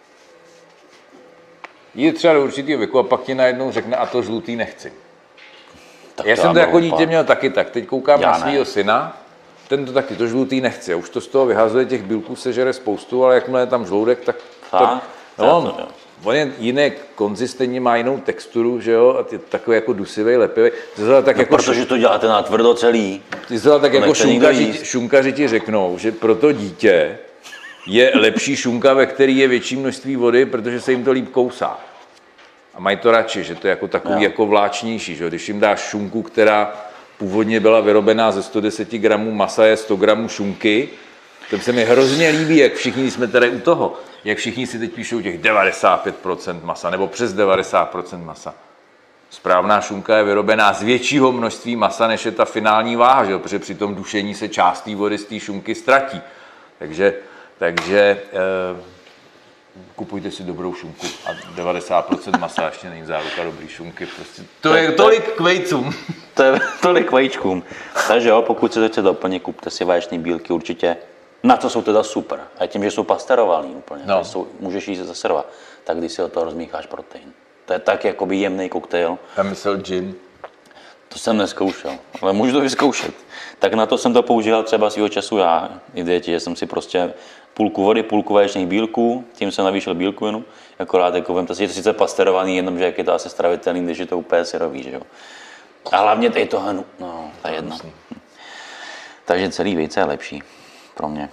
Jde třeba do určitého věku a pak ti najednou řekne, a to žlutý nechci. Tak já jsem to jako dítě měl taky tak. Teď koukám na svýho syna, ten to taky, to žlutý nechce. Už to z toho vyhazuje, těch bílků sežere spoustu, ale jakmile je tam žloudek, tak... On je jiné konzistentně, má jinou texturu, že jo, a je takový jako dusivý, lepivý. Tak jako protože to děláte na tvrdo celý. Tak jako šunkaři ti řeknou, že pro to dítě je lepší šunka, ve který je větší množství vody, protože se jim to líp kousá. A mají to radši, že to je jako takový jako vláčnější, že jo. Když jim dáš šunku, která původně byla vyrobená ze 110 gramů masa, je 100 gramů šunky, to se mi hrozně líbí, jak všichni jsme tady u toho, jak všichni si teď píšou těch 95% masa, nebo přes 90% masa. Správná šunka je vyrobená z většího množství masa, než je ta finální váha, že jo? Protože při tom dušení se část té vody z té šunky ztratí. Takže kupujte si dobrou šunku a 90% masa ještě není záruka dobrý šunky. Prostě to je tolik k vejcům. To je tolik k vajíčkům. Takže jo, pokud se chcete doplnit, kupte si vaječný bílky určitě. Na to jsou teda super. A tím, že jsou pasterovaný úplně, můžeš jí zaservovat, tak když si od toho rozmícháš protein. To je tak jakoby jemný koktejl. Já myslel gin. To jsem neskoušel, ale můžu to vyzkoušet. Tak na to jsem to používal třeba svýho času já, i děti, že jsem si prostě půlku vody, půlku vaječných bílků, tím jsem navýšil bílkovinu, akorát jako vem, to je to sice pasterovaný, jenom že jak je to asi stravitelný, když je to úplně syrový, že jo. A hlavně tady to ta jedna. Takže celý vejce je lepší pro mě.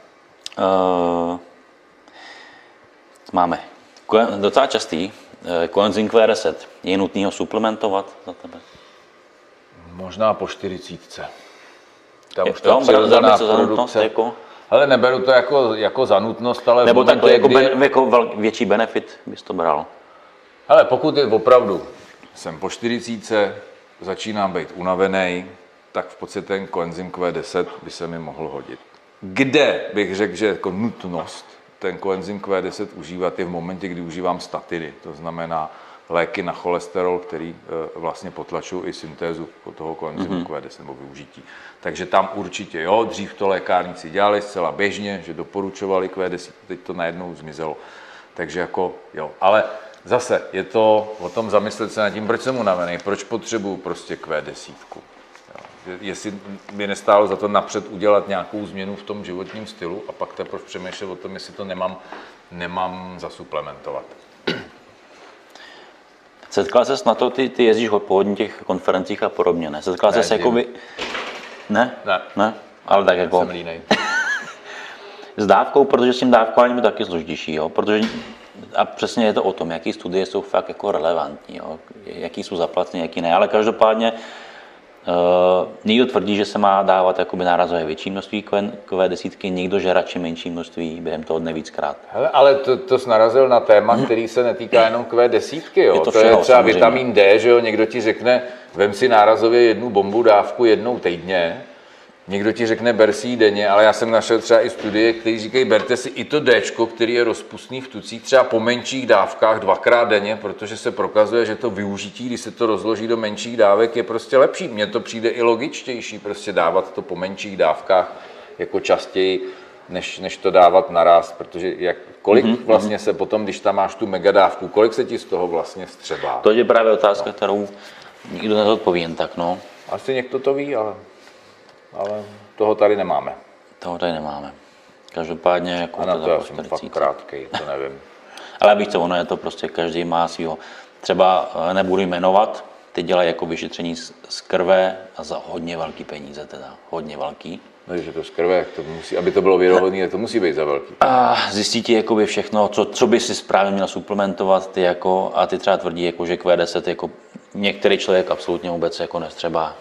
Máme docela častý coenzym Q10. Je nutný ho suplementovat za tebe? Možná po 40. Tam už ta přirozená produkce. Jako? Ale neberu to jako za nutnost, ale... Nebo takhle, jako větší benefit bys to bral? Ale pokud je opravdu, jsem po 40, začínám být unavený, tak v podstatě ten coenzym Q10 by se mi mohl hodit. Kde bych řekl, že jako nutnost ten coenzym Q10 užívat je v momentě, kdy užívám statiny, to znamená léky na cholesterol, který vlastně potlačují i syntézu toho coenzymu Q10 nebo využití. Takže tam určitě jo, dřív to lékárníci dělali zcela běžně, že doporučovali Q10, teď to najednou zmizelo. Takže jako jo, ale zase je to o tom zamyslet se nad tím, proč jsem unavený, proč potřebuju prostě Q10. Jo. jestli by nestálo za to napřed udělat nějakou změnu v tom životním stylu a pak teprve přemýšlet o tom, jestli to nemám zasuplementovat. Setkal ses na to, ty jezdíš po hodně těch konferencích a podobně, ne? Setkal ses jakoby... Ne? Ne? Ale tak jako... Jsem línej. S dávkou, protože s tím dávkováním je taky složitější, jo? Protože, a přesně je to o tom, jaký studie jsou fakt jako relevantní, jo? Jaký jsou zaplacené, jaký ne, ale každopádně někdo tvrdí, že se má dávat jakoby nárazové větší množství Q10, někdo, že radši menší množství během toho dne víckrát. Hele, ale to jsi narazil na téma, který se netýká jenom Q10, jo? Je to je všeho, třeba samozřejmě. vitamin D, že jo? Někdo ti řekne, vem si nárazově jednu bombu dávku jednou týdně, někdo ti řekne, ber si ji denně, ale já jsem našel třeba i studie, které říkají, berte si i to Dčko, který je rozpustný v tucích, třeba po menších dávkách 2krát denně, protože se prokazuje, že to využití, když se to rozloží do menších dávek, je prostě lepší. Mně to přijde i logičtější, prostě dávat to po menších dávkách jako častěji, než to dávat naraz, protože kolik vlastně se potom, když tam máš tu megadávku, kolik se ti z toho vlastně vstřebá? To je právě otázka, kterou nikdo nezodpoví jen tak, no. Asi někdo to ví, ale toho tady nemáme. Toho tady nemáme. Každopádně jako A na to já jsem 40. fakt krátkej, to nevím. Ale víš co, ono je to prostě, každý má svýho. Třeba nebudu jmenovat, ty dělají jako vyšetření z krve a za hodně velký peníze teda, hodně velký. No, že to z krve, to musí, aby to bylo věrohodné, to musí být za velký. A zjistí ti jakoby všechno, co by si správně měl suplementovat, ty jako, a ty třeba tvrdí, jako, že Q10 jako některý člověk absolutně vůbec jako nestřebá.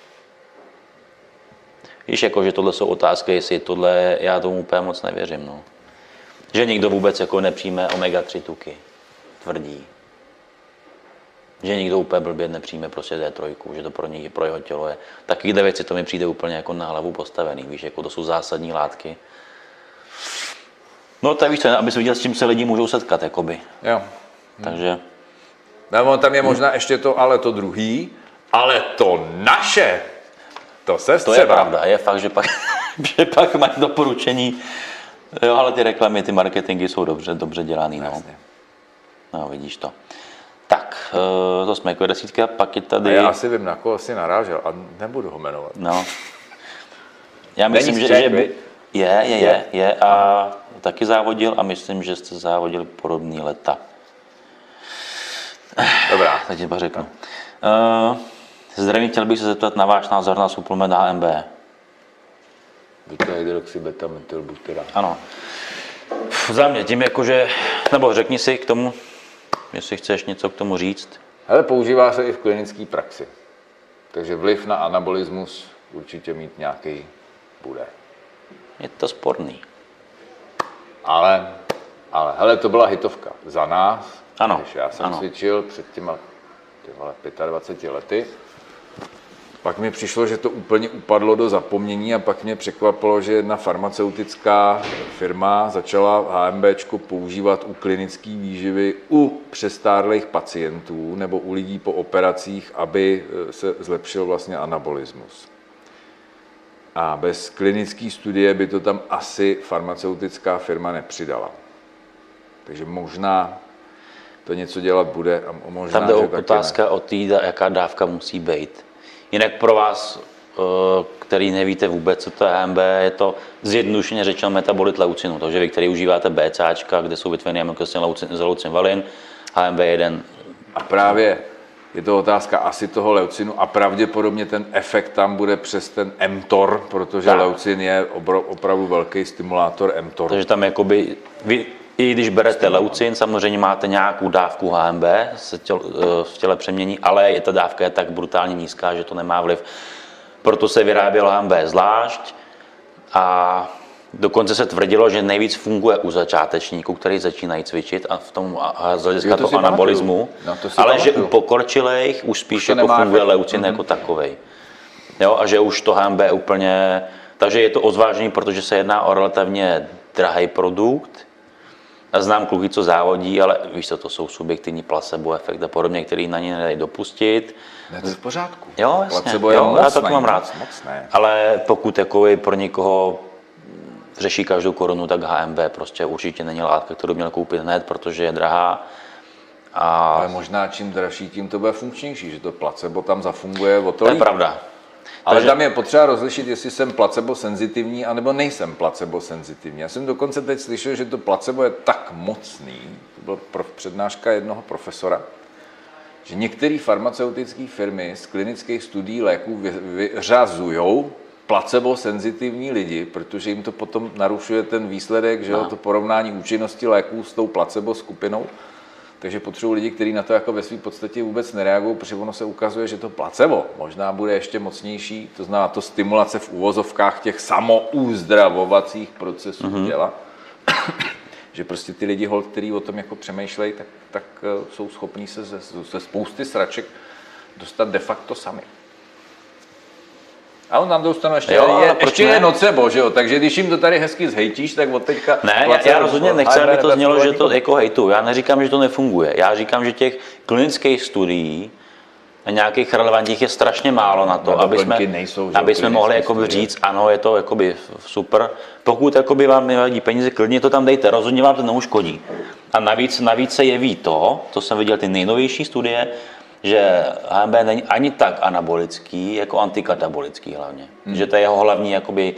Víš, jako, že tohle jsou otázky, jestli tohle, já tomu úplně moc nevěřím, no. Že někdo vůbec jako nepřijme omega-3 tuky, tvrdí. Že někdo úplně blbě nepřijme prostě D3, že to pro něj, pro jeho tělo je. Takovýhle věci, to mi přijde úplně jako na hlavu postavený, víš, jako to jsou zásadní látky. No tak víš co, abys viděl, s čím se lidi můžou setkat, jakoby. Jo. Takže... No, tam je možná ještě to, ale to druhý, ale to naše, to se To vstřebá. je pravda, je fakt, že pak mají doporučení. Jo, ale ty reklamy, ty marketingy jsou dobře dělaný, no. Jasně. No, vidíš to. Tak, to jsme jako desítka, pak je tady... A já asi vím, na koho si narážel a nebudu ho jmenovat. No. Já myslím, Není že střek, viď? je a taky závodil a myslím, že jste závodil podobný leta. Dobrá. Tak ti pak řeknu. Zdravím, chtěl bych se zeptat na váš názor na suplement HMB. Beta-hydroxybetametylbutyrát. Ano. Za mě tím jakože, nebo řekni si k tomu, jestli chceš něco k tomu říct. Hele, používá se i v klinické praxi. Takže vliv na anabolismus určitě mít nějaký bude. Je to sporný. Ale hele, to byla hitovka za nás. Ano, Když já jsem ano. cvičil před těma 25 lety, pak mi přišlo, že to úplně upadlo do zapomnění a pak mě překvapilo, že jedna farmaceutická firma začala HMBčko používat u klinické výživy u přestárlých pacientů nebo u lidí po operacích, aby se zlepšil vlastně anabolismus. A bez klinické studie by to tam asi farmaceutická firma nepřidala. Takže možná to něco dělat bude a možná, Tam jde že o taky otázka o té, jaká dávka musí být. Jinak pro vás, který nevíte vůbec, co to je HMB, je to zjednodušeně řečeno metabolit leucinu. Takže vy, který užíváte BCAčka, kde jsou vytvořeny aminokyseliny leucin valin, HMB je jeden. A právě je to otázka asi toho leucinu a pravděpodobně ten efekt tam bude přes ten mTOR, protože Tak. leucin je opravdu velký stimulátor mTOR. Takže tam jakoby, vy, i když berete leucin, samozřejmě máte nějakou dávku HMB v těle přemění, ale ta dávka je tak brutálně nízká, že to nemá vliv. Proto se vyrábělo HMB zvlášť a dokonce se tvrdilo, že nejvíc funguje u začátečníků, kteří začínají cvičit a v tom z hlediska to si toho anabolismu, pamatuju. No, to si ale že pamatuju. u pokročilejch už spíš to jako nemá funguje efekt. leucin jako takovej. Jo, a že už to HMB úplně, takže je to ozvážený, protože se jedná o relativně drahý produkt. Já znám kluky, co závodí, ale víš co, to jsou subjektivní placebo efekt a podobně, který na ně nedají dopustit. Ne, to je v pořádku. Jo, jasně. Placebo je Jo, já mocnej, to mám rád. mocné. Ale pokud jako pro někoho řeší každou korunu, tak HMB prostě určitě není látka, kterou měl koupit hned, protože je drahá. Ale možná čím dražší, tím to bude funkčnější, že to placebo tam zafunguje o to To je líp. pravda. Ale tam je potřeba rozlišit, jestli jsem placebo senzitivní, anebo nejsem placebo senzitivní. Já jsem dokonce teď slyšel, že to placebo je tak mocný, to byla přednáška jednoho profesora, že některé farmaceutické firmy z klinických studií léků vyřazují placebo senzitivní lidi, protože jim to potom narušuje ten výsledek, že jo, to porovnání účinnosti léků s tou placebo skupinou. Takže potřebují lidi, kteří na to jako ve své podstatě vůbec nereagují, protože ono se ukazuje, že to placebo možná bude ještě mocnější, to znamená to stimulace v uvozovkách těch samouzdravovacích procesů těla, že prostě ty lidi, kteří o tom jako přemýšlejí, tak jsou schopní se ze spousty sraček dostat de facto sami. A on nám dostane ještě je nocebo, že jo? Takže když jim to tady hezky zhejtíš, tak od teďka... Ne, já rozhodně nechci, aby to znělo, že to jako hejtu. Já neříkám, že to nefunguje. Já říkám, že těch klinických studií a nějakých relevantních je strašně málo na to, aby jsme mohli jakoby říct, ano, je to jakoby super. Pokud jakoby vám nevadí peníze, klidně to tam dejte, rozhodně vám to neuškodí. A navíc se jeví to, co jsem viděl ty nejnovější studie, že HMB není ani tak anabolický, jako antikatabolický hlavně. Že to je jeho hlavní jakoby,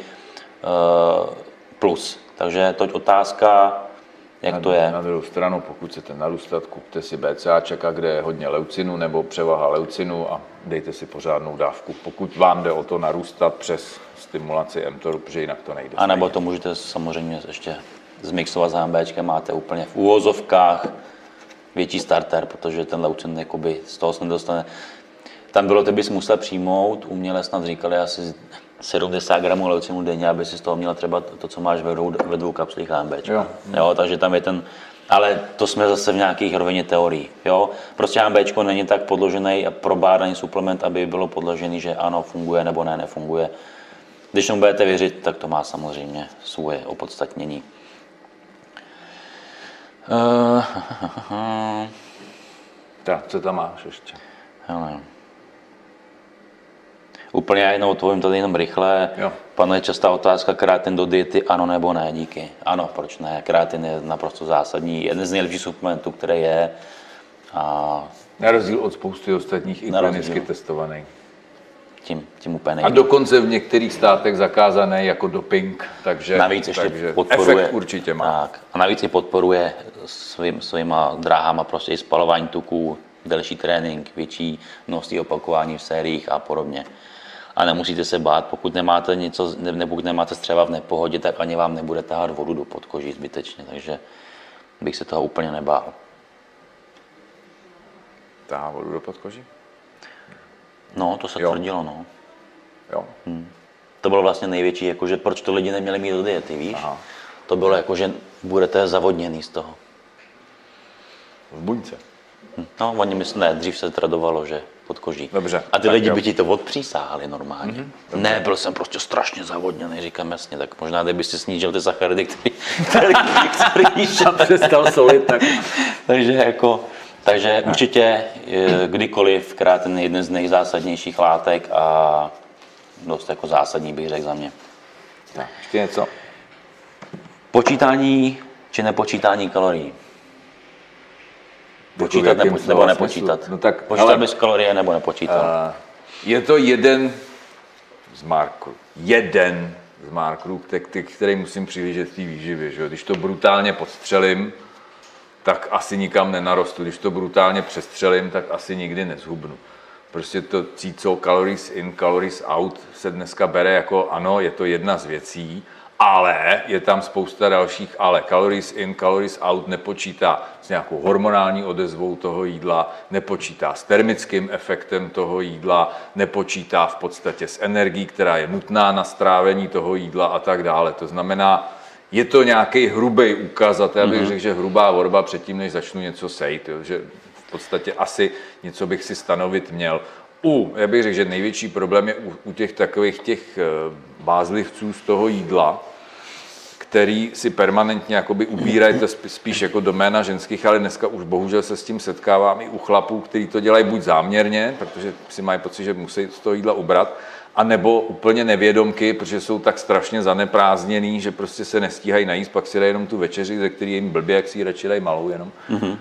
plus. Takže to je otázka, jak to je. Na druhou stranu, pokud chcete narůstat, kupte si BCAčka, kde je hodně leucinu nebo převaha leucinu a dejte si pořádnou dávku, pokud vám jde o to narůstat přes stimulaci mTORu, protože jinak to nejde. A nebo to můžete samozřejmě ještě zmixovat s HMBčkem, máte úplně v úvozovkách větší starter, protože ten leucin jakoby z toho se nedostane. Tam bylo, ty bys musel přijmout, uměle snad říkali asi 70 gramů leucinu denně, aby si z toho měl třeba to, co máš ve dvou kapslích HMBčka. Jo, takže tam je ten, ale to jsme zase v nějakých rovině teorií. Jo? Prostě HMBčko není tak podložený a probádaný suplement, aby bylo podložený, že ano, funguje nebo ne, nefunguje. Když tomu budete věřit, tak to má samozřejmě svoje opodstatnění. Tak, co tam máš ještě? Hele. Úplně já jenom odpovím tady jenom rychle. Panuje častá otázka, kreatin do diety, ano nebo ne, díky. Ano, proč ne? Kreatin je naprosto zásadní, jeden z nejlepších suplementů, který je. A na rozdíl od spousty ostatních i klinicky testovaných. Tím úplně nejde. A dokonce v některých státech zakázané jako doping, takže, navíc ještě podporuje, efekt určitě má. Tak, a navíc je podporuje svýma dráhama prostě i spalování tuků, delší trénink, větší množství opakování v sériích a podobně. A nemusíte se bát, pokud nemáte pokud nemáte střeva v nepohodě, tak ani vám nebude tahat vodu do podkoží zbytečně, takže bych se toho úplně nebál. Tahá vodu do podkoží? No, to se tvrdilo, no. Jo. To bylo vlastně největší, jakože proč to lidi neměli mít do diety, víš? Aha. To bylo jako, že budete zavodněný z toho. V buňce. No, oni ne, dřív se tradovalo, že podkoží. Dobře. A ty lidi by ti to odpřísáhali normálně. Ne, byl jsem prostě strašně zavodněný, říkám jasně, tak možná kdyby si snížil ty sacharidy, který přestal solit, tak. Takže určitě kdykoliv kreatin je jeden z nejzásadnějších látek a dost jako zásadní bych řekl za mě. Tak, ještě něco? Počítání či nepočítání kalorií? Počítat nebo nepočítat? No tak, počítat bys kalorie nebo nepočítat? Je to jeden z markerů, který musím přihlížet v té výživě. Že? Když to brutálně podstřelím, tak asi nikam nenarostu. Když to brutálně přestřelím, tak asi nikdy nezhubnu. Prostě to cíco calories in, calories out se dneska bere jako ano, je to jedna z věcí, ale je tam spousta dalších ale. Calories in, calories out nepočítá s nějakou hormonální odezvou toho jídla, nepočítá s termickým efektem toho jídla, nepočítá v podstatě s energií, která je nutná na strávení toho jídla a tak dále. To znamená, je to nějaký hrubý ukazatel, já bych řekl, že hrubá vorba předtím, než začnu něco sejt, že v podstatě asi něco bych si stanovit měl. Já bych řekl, že největší problém je u těch takových těch bázlivců z toho jídla, který si permanentně jakoby ubírají, to spíš jako doména ženských, ale dneska už bohužel se s tím setkávám i u chlapů, kteří to dělají buď záměrně, protože si mají pocit, že musí z toho jídla ubrat, a nebo úplně nevědomky, protože jsou tak strašně zaneprázdněný, že prostě se nestíhají najíst, pak si dají jenom tu večeři, ze který je jim blbě, jak si ji radši dají malou jenom.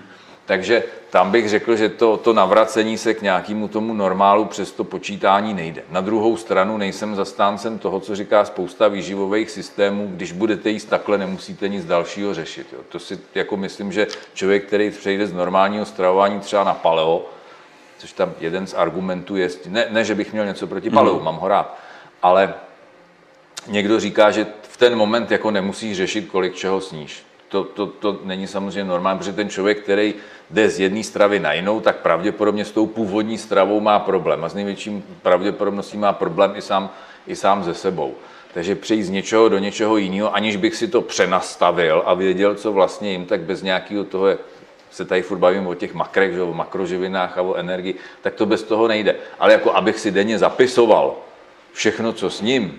Takže tam bych řekl, že to navracení se k nějakému tomu normálu přes to počítání nejde. Na druhou stranu nejsem zastáncem toho, co říká spousta výživových systémů, když budete jíst takhle, nemusíte nic dalšího řešit. Jo. To si jako myslím, že člověk, který přejde z normálního stravování třeba na paleo, což tam jeden z argumentů je, ne že bych měl něco proti paleu, mám ho rád, ale někdo říká, že v ten moment jako nemusíš řešit, kolik čeho sníš. To není samozřejmě normální, protože ten člověk, který jde z jedné stravy na jinou, tak pravděpodobně s tou původní stravou má problém a s největším pravděpodobností má problém i sám se sebou. Takže přejít z něčeho do něčeho jiného, aniž bych si to přenastavil a věděl, co vlastně jim, tak bez nějakého toho, se tady furt bavím o těch makrech, o makroživinách a o energii, tak to bez toho nejde. Ale jako abych si denně zapisoval všechno, co s ním,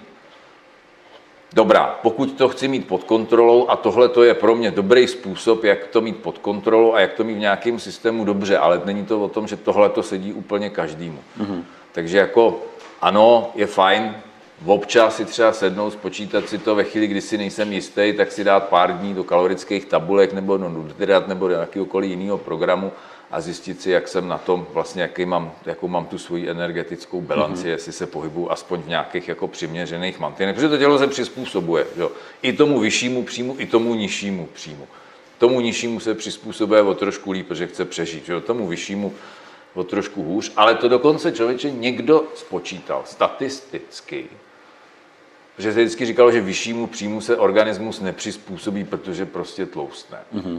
dobrá, pokud to chci mít pod kontrolou a tohle to je pro mě dobrý způsob, jak to mít pod kontrolou a jak to mít v nějakém systému dobře, ale není to o tom, že tohle to sedí úplně každému. Takže jako ano, je fajn občas si třeba sednout, spočítat si to ve chvíli, kdy si nejsem jistý, tak si dát pár dní do kalorických tabulek nebo do Nutrirat nebo do jakéhokoliv jiného programu a zjistit si, jak jsem na tom, vlastně jakou mám tu svoji energetickou bilanci, jestli se pohybuju aspoň v nějakých jako přiměřených mantinech, protože to tělo se přizpůsobuje, jo. I tomu vyššímu příjmu, i tomu nižšímu příjmu. Tomu nižšímu se přizpůsobuje o trošku líp, protože chce přežít, jo. Tomu vyššímu o trošku hůř, ale to dokonce člověče někdo spočítal statisticky, protože se vždycky říkalo, že vyššímu příjmu se organismus nepřizpůsobí, protože prostě tloustne.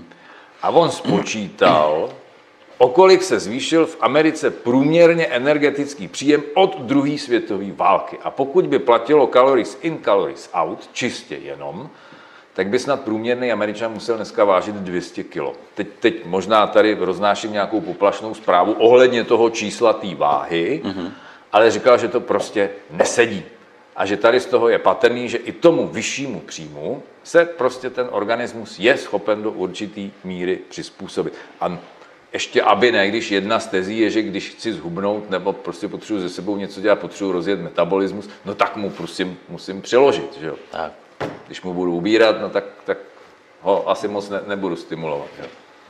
A on spočítal, o kolik se zvýšil v Americe průměrně energetický příjem od druhé světové války. A pokud by platilo calories in, calories out, čistě jenom, tak by snad průměrný Američan musel dneska vážit 200 kg. Teď možná tady roznáším nějakou poplašnou zprávu ohledně toho čísla té váhy, ale říkal, že to prostě nesedí. A že tady z toho je patrný, že i tomu vyššímu příjmu se prostě ten organismus je schopen do určitý míry přizpůsobit. A ještě aby ne, když jedna z tezí je, že když chci zhubnout nebo prostě potřebuji ze sebou něco dělat, potřebuji rozjet metabolismus, no tak mu prostě musím přeložit, že jo. Tak. Když mu budu ubírat, no tak ho asi moc nebudu stimulovat, že jo.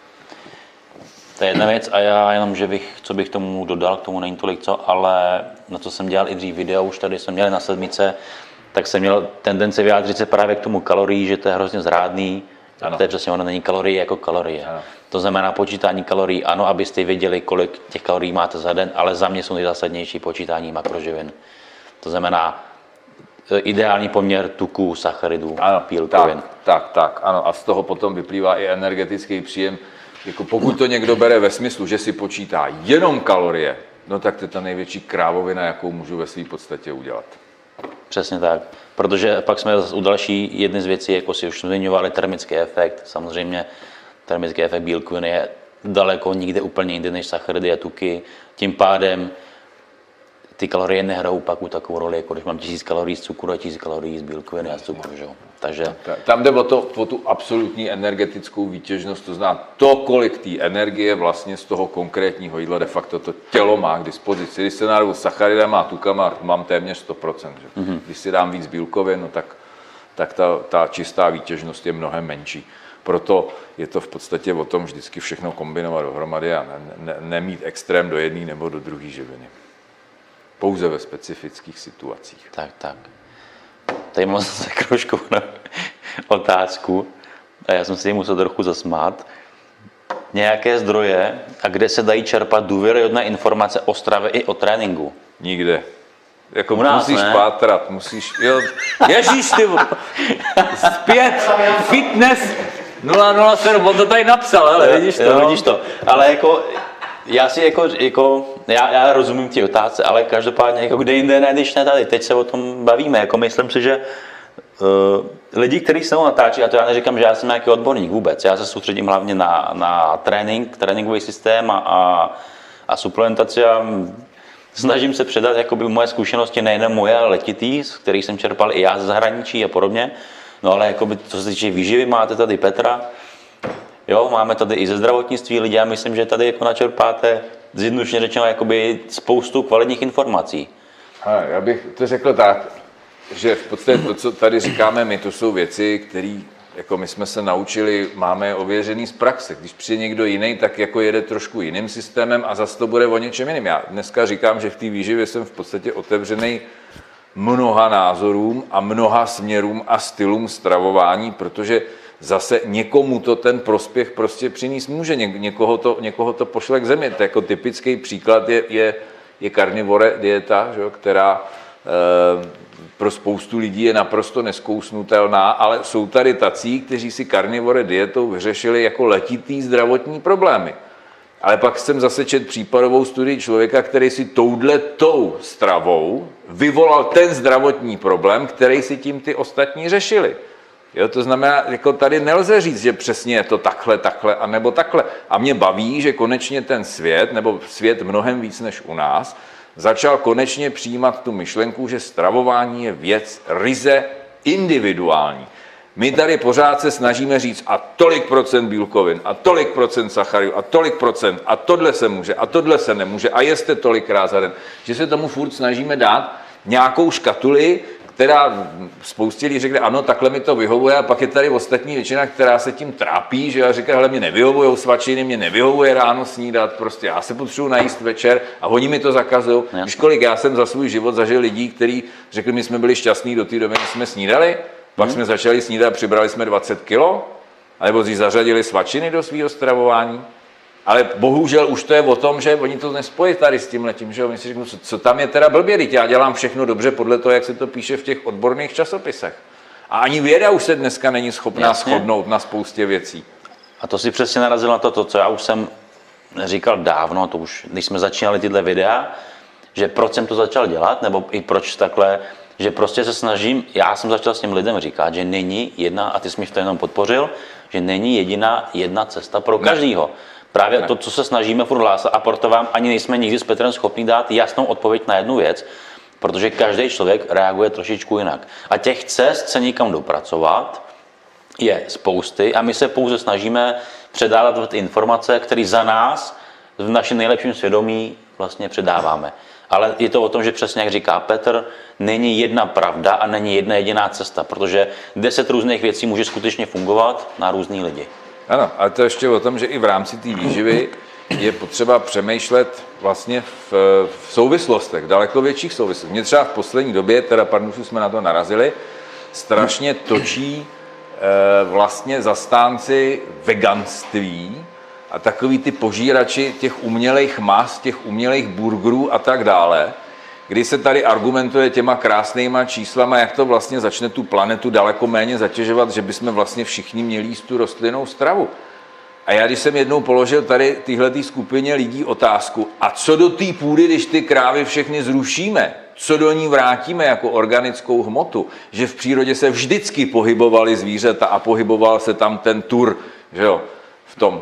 To je jedna věc a já jenom, co bych tomu dodal, k tomu není tolik co, ale na co jsem dělal i dřív video, už tady jsme měli na sedmice, tak jsem měl tendenci vyjádřit se právě k tomu kalorii, že to je hrozně zrádný. Ano. To je přesně, ono není kalorie jako kalorie. Ano. To znamená počítání kalorií, ano, abyste věděli, kolik těch kalorií máte za den, ale za mě jsou nejzásadnější počítání makroživin. To znamená ideální poměr tuků, sacharidů, bílkovin. Tak, ano. A z toho potom vyplývá i energetický příjem. Jako pokud to někdo bere ve smyslu, že si počítá jenom kalorie, no tak to je ta největší krávovina, jakou můžu ve své podstatě udělat. Přesně tak, protože pak jsme u další jedny z věcí, jako si už zmiňovali, termický efekt. Samozřejmě termický efekt bílkovin je daleko nikde úplně jinde než sacharidy a tuky. Tím pádem ty kalorie nehrajou pak u takovou roli, jako když mám 1000 kalorií z cukru a 1000 kalorií z bílkoviny a z cukru. Že? Takže tam jde o tu absolutní energetickou výtěžnost, to znamená to, kolik té energie vlastně z toho konkrétního jídla de facto to tělo má k dispozici. Když se narvu sacharidama a tukama, mám téměř 100%. Že? Když si dám víc bílkovin, no tak ta čistá výtěžnost je mnohem menší. Proto je to v podstatě o tom vždycky všechno kombinovat dohromady a nemít extrém do jedné nebo do druhé živiny. Pouze ve specifických situacích. Tak. Tady mám zase kroužkovou otázku a já jsem si ji musel trochu zasmát. Nějaké zdroje a kde se dají čerpat důvěryhodné informace o stravě i o tréninku? Nikde. Jako musíš pátrat, jo. Ježíš, ty zpět, fitness 007, on to tady napsal, ale vidíš to. Vidíš to, ale jako já si já rozumím ty otázce, ale každopádně jako kde jinde najdeš, ne tady. Teď se o tom bavíme, jako myslím si, že lidi, kteří se natáčí, a to já neříkám, že já jsem nějaký odborník vůbec, já se soustředím hlavně na tréninkový systém a suplementaci a snažím se předat jakoby moje zkušenosti, nejen moje, ale letitý, z kterých jsem čerpal i já ze zahraničí a podobně. No ale jakoby, co se týče výživy, máte tady Petra, jo, máme tady i ze zdravotnictví lidi, já myslím, že tady jako načerpáte zjednodušeně řečeno jakoby spoustu kvalitních informací. Já bych to řekl tak, že v podstatě to, co tady říkáme my, to jsou věci, které jako my jsme se naučili, máme ověřený z praxe. Když přijde někdo jiný, tak jako jede trošku jiným systémem a zase to bude o něčem jiným. Já dneska říkám, že v té výživě jsem v podstatě otevřený mnoha názorům a mnoha směrům a stylům stravování, protože zase někomu to ten prospěch prostě přinést může, někoho to pošle k zemi. To jako typický příklad je carnivore dieta, že, která pro spoustu lidí je naprosto nezkousnutelná, ale jsou tady tací, kteří si carnivore dietou vyřešili jako letitý zdravotní problémy. Ale pak jsem zase četl případovou studii člověka, který si touhletou stravou vyvolal ten zdravotní problém, který si tím ty ostatní řešili. Jo, to znamená, jako tady nelze říct, že přesně je to takhle, a nebo takhle. A mě baví, že konečně ten svět, nebo svět mnohem víc než u nás, začal konečně přijímat tu myšlenku, že stravování je věc ryze individuální. My tady pořád se snažíme říct a tolik procent bílkovin, a tolik procent sacharidů, a tolik procent, a tohle se může, a tohle se nemůže, a jeste tolikrát za den. Že se tomu furt snažíme dát nějakou škatuli, která spoustě lidí řekne, ano, takhle mi to vyhovuje, a pak je tady ostatní většina, která se tím trápí, že já říká, hele, mě nevyhovujou svačiny, mě nevyhovuje ráno snídat, prostě já se potřebuji najíst večer a oni mi to zakazují. Víš, kolik já jsem za svůj život zažil lidí, kteří řekli, my jsme byli šťastní do té doby, než jsme snídali, pak jsme začali snídat a přibrali jsme 20 kilo, anebo si zařadili svačiny do svého stravování. Ale bohužel už to je o tom, že oni to nespojí tady s tímhletím, že oni si řeknou, co tam je teda blbě, teď já dělám všechno dobře podle toho, jak se to píše v těch odborných časopisech. A ani věda už se dneska není schopná shodnout na spoustě věcí. A to si přesně narazil na to, co já už jsem říkal dávno, to už, když jsme začínali tyhle videa, že proč jsem to začal dělat, nebo i proč takhle, že prostě se snažím, já jsem začal s těm lidem říkat, že není jedna, a ty jsi mi to jenom podpořil, že není jedna cesta pro každýho. Právě to, co se snažíme furt hlásat, a proto vám ani nejsme nikdy s Petrem schopni dát jasnou odpověď na jednu věc, protože každý člověk reaguje trošičku jinak. A těch cest se někam dopracovat je spousty a my se pouze snažíme předávat informace, které za nás v našem nejlepším svědomí vlastně předáváme. Ale je to o tom, že přesně jak říká Petr, není jedna pravda a není jedna jediná cesta, protože 10 různých věcí může skutečně fungovat na různý lidi. Ano, ale to ještě o tom, že i v rámci té výživy je potřeba přemýšlet vlastně v souvislostech, daleko větších souvislostech. Mě třeba v poslední době, teda pár dnů jsme na to narazili, strašně točí vlastně zastánci veganství a takový ty požírači těch umělejch mas, těch umělejch burgerů a tak dále, kdy se tady argumentuje těma krásnýma číslama, jak to vlastně začne tu planetu daleko méně zatěžovat, že bychom vlastně všichni měli jíst tu rostlinnou stravu. A já, když jsem jednou položil tady téhletý skupině lidí otázku, a co do té půdy, když ty krávy všechny zrušíme, co do ní vrátíme jako organickou hmotu, že v přírodě se vždycky pohybovaly zvířata a pohyboval se tam ten tur, že jo, v tom,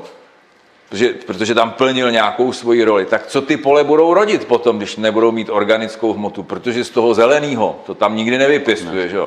protože tam plnil nějakou svoji roli, tak co ty pole budou rodit potom, když nebudou mít organickou hmotu, protože z toho zeleného to tam nikdy nevypěstuje, že jo.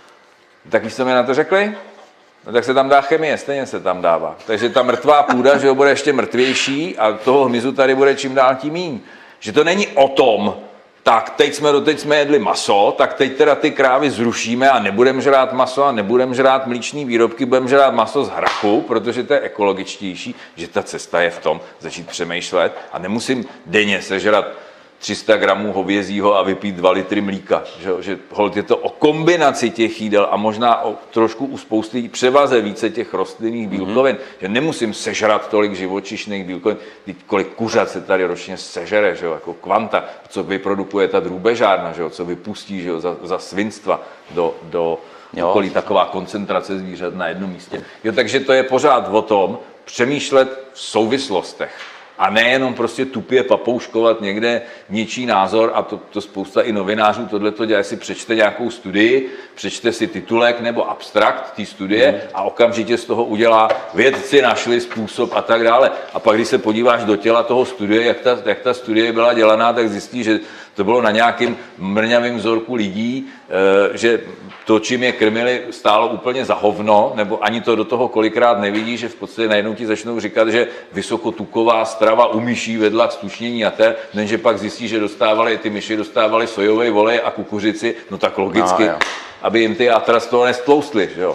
Tak když jsme mi na to řekli, no tak se tam dá chemie, stejně se tam dává. Takže ta mrtvá půda, že jo, bude ještě mrtvější a toho hmyzu tady bude čím dál tím míň. Že to není o tom, tak teď jsme jedli maso, tak teď teda ty krávy zrušíme a nebudeme žrát maso a nebudeme žrát mlíčný výrobky, budeme žrát maso z hrachu, protože to je ekologičtější, že ta cesta je v tom začít přemýšlet a nemusím denně sežrat 300 gramů hovězího a vypít 2 litry mlíka. Že holt je to o kombinaci těch jídel a možná o trošku u spousty převaze více těch rostlinných bílkovin, že nemusím sežrat tolik živočišných bílkovin, kolik kuřat se tady ročně sežere, že jo, jako kvanta, co vyprodukuje ta drůbežárna, že jo, co vypustí, že jo, za svinstva do okolí, taková koncentrace zvířat na jednom místě. Jo, takže to je pořád o tom přemýšlet v souvislostech. A nejenom prostě tupě papouškovat někde něčí názor, a to spousta i novinářů tohleto dělá, si přečte nějakou studii, přečte si titulek nebo abstrakt té studie a okamžitě z toho udělá, vědci našli způsob a tak dále. A pak, když se podíváš do těla toho studie, jak ta studie byla dělaná, tak zjistí, že to bylo na nějakým mrňavým vzorku lidí, že to, čím je krmili, stálo úplně za hovno, nebo ani to do toho kolikrát nevidí, že v podstatě najednou ti začnou říkat, že vysokotuková strava u myší vedla k stučnění a jenže pak zjistí, že ty myši dostávaly sojový olej a kukuřici, no tak logicky, aby jim ty játra z toho nestloustly, že jo.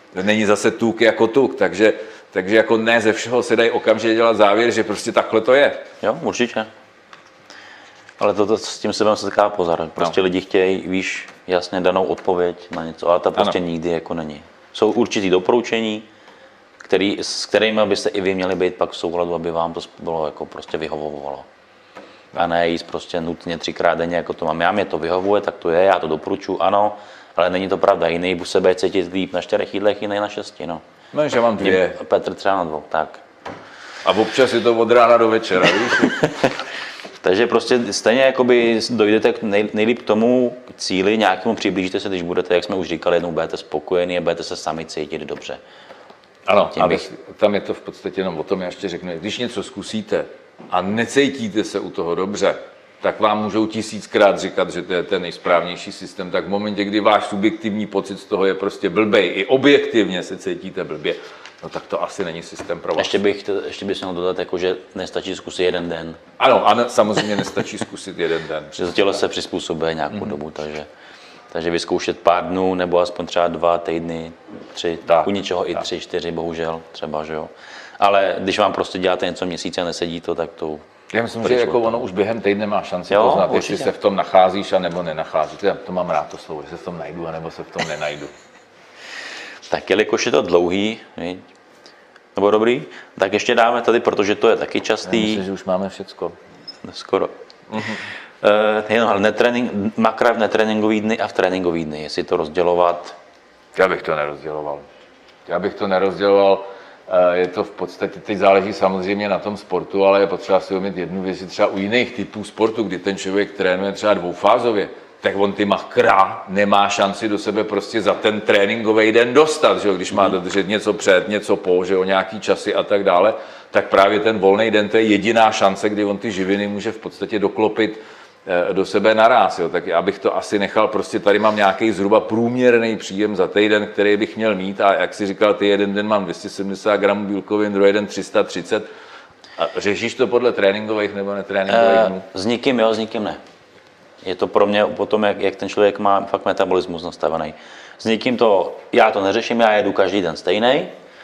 Není zase tuk jako tuk, takže jako ne ze všeho se dají okamžitě dělat závěr, že prostě takhle to je. Jo, určitě. Ale s tím se budeme setkávat pozor. Prostě lidi chtějí, víš, jasně danou odpověď na něco, ale ta prostě nikdy jako není. Jsou určitý doporučení, s kterými byste i vy měli být pak v souladu, aby vám to bylo jako prostě vyhovovalo. A ne jíst prostě nutně 3krát denně, jako to mám já, mě to vyhovuje, tak to je, já to doporučuji, ano, ale není to pravda, jiný buď se bude cítit líp na 4 jídlech, jiný na 6, no. No, že mám 2. Petr třeba na 2, tak. A občas je to od rána do večera, víš? Takže prostě stejně jakoby dojdete nejlíp k tomu cíli, nějakému přiblížíte se, když budete, jak jsme už říkali, jednou budete spokojení a budete se sami cítit dobře. Ano, ale tam je to v podstatě jenom o tom, já ještě řeknu, když něco zkusíte a necítíte se u toho dobře, tak vám můžou 1000krát říkat, že to je ten nejsprávnější systém, tak v momentě, kdy váš subjektivní pocit z toho je prostě blbej, i objektivně se cítíte blbě, no tak to asi není systém pro vás. Ještě bych měl dodat, jako, že nestačí zkusit jeden den. Ano, samozřejmě nestačí zkusit jeden den. Že tělo se přizpůsobuje nějakou dobu, takže vyzkoušet pár dnů, nebo aspoň třeba 2 týdny, 3, u něčeho i 3, 4, bohužel, třeba, že jo. Ale když vám prostě děláte něco měsíce a nesedí to, tak to... Já myslím, že jako ono už během týdne má šanci poznat, jestli se v tom nacházíš a nebo nenacházíš. Já to mám rád to slovo, že se v tom najdu a nebo se v tom nenajdu. Tak jelikož je to dlouhý, nebo dobrý, tak ještě dáme tady, protože to je taky častý. Já myslím, že už máme všecko. Skoro. Ale makra v netréninkový dny a v tréninkový dny, jestli to rozdělovat. Já bych to nerozděloval. Je to v podstatě, teď záleží samozřejmě na tom sportu, ale je potřeba si umět jednu věc, třeba u jiných typů sportu, kdy ten člověk trénuje třeba dvoufázově, tak on ty makra nemá šanci do sebe prostě za ten tréninkový den dostat, že jo? Když má dodržet něco před, něco po, že jo? Nějaký časy a tak dále, tak právě ten volný den to je jediná šance, kdy on ty živiny může v podstatě doklopit do sebe naráz. Jo? Tak já bych to asi nechal, prostě tady mám nějaký zhruba průměrný příjem za týden, který bych měl mít a jak si říkal, ty jeden den mám 270 gramů bílkovin, druhý den 330. A řešíš to podle tréninkových nebo netréninkových dnů? S nikým jo, s nikým ne. Je to pro mě potom, jak ten člověk má fakt metabolismus nastavený. S nikým já to neřeším, já jedu každý den stejný.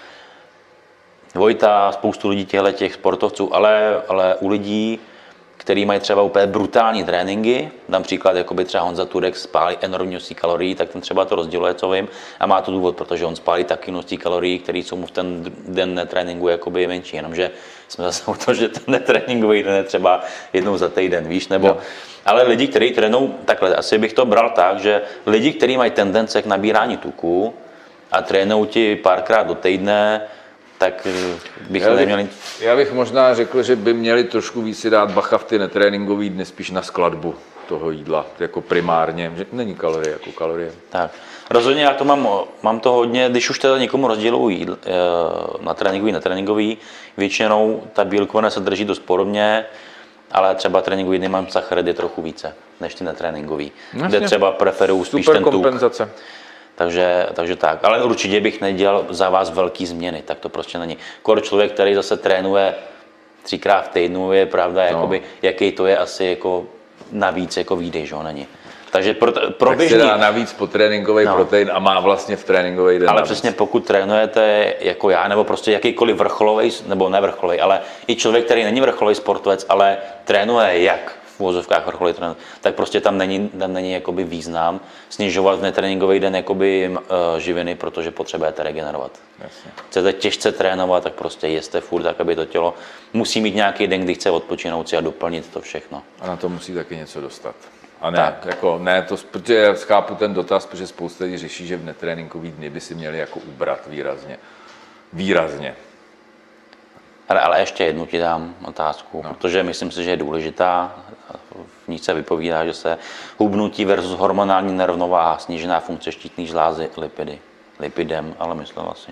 Vojta, spoustu lidí těch sportovců, ale u lidí, který mají třeba úplně brutální tréninky, dám příklad, jakoby třeba Honza Turek spálí enormní množství kalorií, tak ten třeba to rozděluje, co vím, a má to důvod, protože on spálí taky množství kalorií, které jsou mu v ten den netréninku jakoby menší, jenomže jsme zase u toho, že ten netréninkový den je třeba jednou za týden, víš, nebo... No. Ale lidi, kteří trénují, takhle, asi bych to bral tak, že lidi, kteří mají tendence k nabírání tuku a trénují ti párkrát do týdne, tak bych neměli... Já bych možná řekl, že by měli trošku víc si dát bacha v ty netréninkový dny spíš na skladbu toho jídla, jako primárně, že není kalorie jako kalorie. Tak, rozhodně já to mám to hodně, když už teda někomu rozdělují na tréninkový, netréninkový, většinou ta bílkovina se drží dost podobně, ale třeba tréninkový dny mám sacharidy trochu více než ty netréninkový, kde třeba preferuju spíš ten tuk. Kompenzace. Takže tak, ale určitě bych nedělal za vás velký změny, tak to prostě není. Člověk, který zase trénuje 3krát v týdnu, je pravda, jakoby, jaký to je asi jako navíc jako výdej, že ho není. Takže pro běžný... Tak se dá navíc po tréninkový protein a má vlastně v tréninkový den. Ale navíc. Přesně pokud trénujete jako já, nebo prostě jakýkoliv vrcholový, nebo ne vrcholový, ale i člověk, který není vrcholový sportovec, ale trénuje jak v uvozovkách vrcholový trenér, tak prostě tam není jakoby význam snižovat v netréninkový den jakoby živiny, protože potřebujete regenerovat. Jasně. Chcete těžce trénovat, tak prostě jeste furt, tak aby to tělo musí mít nějaký den, kdy chce odpočinout si a doplnit to všechno. A na to musí taky něco dostat. A ne, jako, ne to, protože já chápu ten dotaz, protože spousta lidí řeší, že v netréninkový dny by si měli jako ubrat výrazně. Ale ještě jednu ti dám otázku, protože myslím si, že je důležitá. V ní se vypovídá, že se hubnutí versus hormonální nerovnováha, snížená funkce štítné žlázy, lipidem, ale myslel asi.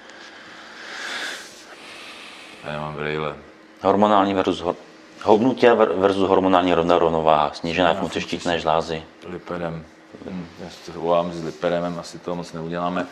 Já nemám brýle. Hubnutí versus hormonální nerovnováha, snížená funkce štítné žlázy. Lipidem. Já se to volám s lipidem, asi toho moc neuděláme.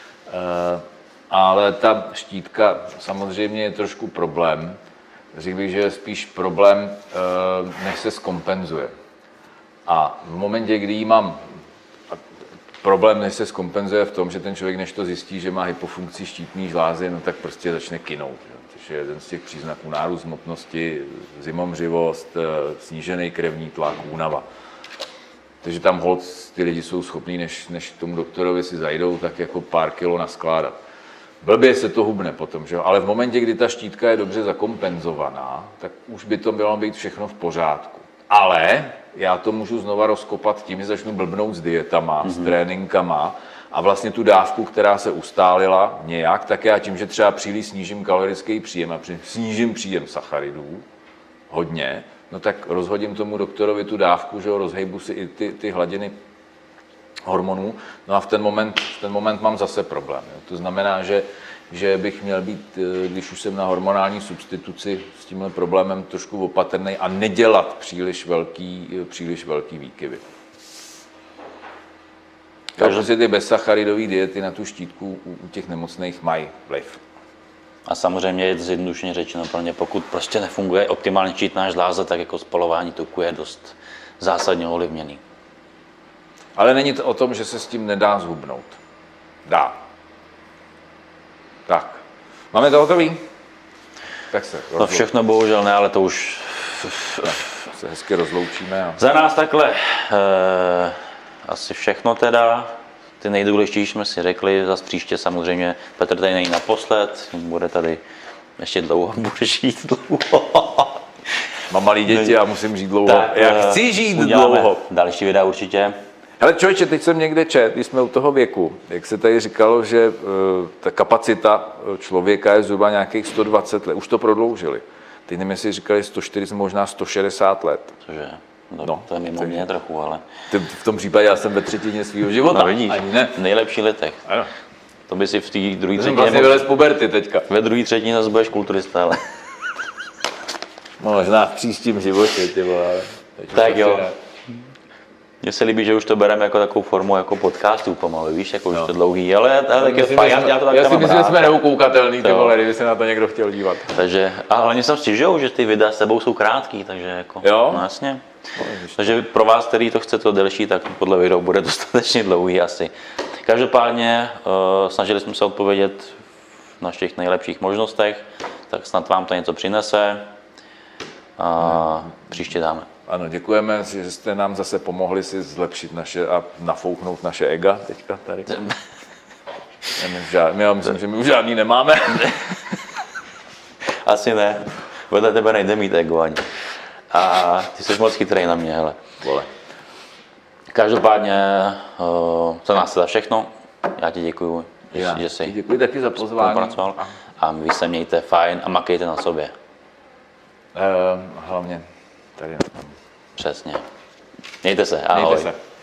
Ale ta štítka samozřejmě je trošku problém. Řekl bych, že je spíš problém, než se zkompenzuje. A v momentě, kdy ji mám, problém, než se zkompenzuje v tom, že ten člověk, než to zjistí, že má hypofunkci štítné žlázy, no tak prostě začne kynout. Což je jeden z těch příznaků nárůst hmotnosti, zimomřivost, snížený krevní tlak, únava. Takže tam holt ty lidi jsou schopní, než k tomu doktorovi si zajdou, tak jako pár kilo naskládat. Blbě se to hubne potom, že? Ale v momentě, kdy ta štítka je dobře zakompenzovaná, tak už by to mělo být všechno v pořádku. Ale já to můžu znova rozkopat tím, že začnu blbnout s dietama, s tréninkama a vlastně tu dávku, která se ustálila nějak, tak já tím, že třeba příliš snížím kalorický příjem a snížím příjem sacharidů hodně, no tak rozhodím tomu doktorovi tu dávku, že rozhejbu si i ty hladiny hormonů, no a v ten moment mám zase problém. Jo. To znamená, že bych měl být, když už jsem na hormonální substituci, s tímhle problémem trošku opatrný a nedělat příliš velký výkyvy. Takže si ty bezsacharidové diety na tu štítku u těch nemocných mají vliv. A samozřejmě je zjednodušeně řečeno pro mě, pokud prostě nefunguje optimálně štítná žláza, tak jako spalování tuku je dost zásadně ovlivněný. Ale není to o tom, že se s tím nedá zhubnout. Dá. Tak. Máme to hotový? Tak se rozloučíme. No všechno bohužel ne, ale to už... Se hezky rozloučíme. A... Za nás takhle asi všechno teda. Ty nejdůležitější jsme si řekli, zas příště samozřejmě Petr tady není naposled, bude tady ještě dlouho, bude žít dlouho. Mám malý děti a musím žít dlouho. Tak, já chci žít dlouho. Další videa určitě. Hele člověče, teď jsem někde čet, když jsme u toho věku, jak se tady říkalo, že ta kapacita člověka je zhruba nějakých 120 let, už to prodloužili. Teď nevím, jestli říkali 140, možná 160 let. Cože? No, to je mimo mě trochu, ale... V tom případě já jsem ve třetině svého života. No vidíš, ani ne. v nejlepších letech. Ano. To by si v té druhé třetině... Vlastně vylez puberty teďka. Ve druhé třetině zase budeš kulturista, ale... Možná v příštím životě, ty vole. Tak jo. Mně se líbí, že už to bereme jako takovou formu jako podcastu pomalu, víš, jako už to dlouhý, ale tak je fajn, já to tak já si mám myslím, rád. že jsme neukoukatelný, ty vole, kdyby se na to někdo chtěl dívat. Takže, a hlavně jsem stěžoval, že ty videa s tebou jsou krátký, takže jako, jo? No jasně. Takže pro vás, který to chce to delší, tak podle videa bude dostatečně dlouhý asi. Každopádně snažili jsme se odpovědět v našich nejlepších možnostech, tak snad vám to něco přinese a příště dáme. Ano, děkujeme, že jste nám zase pomohli si zlepšit naše a nafouknout naše ega teďka tady. Já myslím, že my už žádný nemáme. Asi ne. Vedle tebe nejde mít ego ani. A ty jsi moc chytrý na mě, hele. Vole. Každopádně za nás teda všechno. Já ti děkuju, že jsi děkuji taky za pozvání. Pracoval. A vy se mějte fajn a makejte na sobě. Hlavně tady na tom. Přesně. Mějte se, ahoj. Mějte se.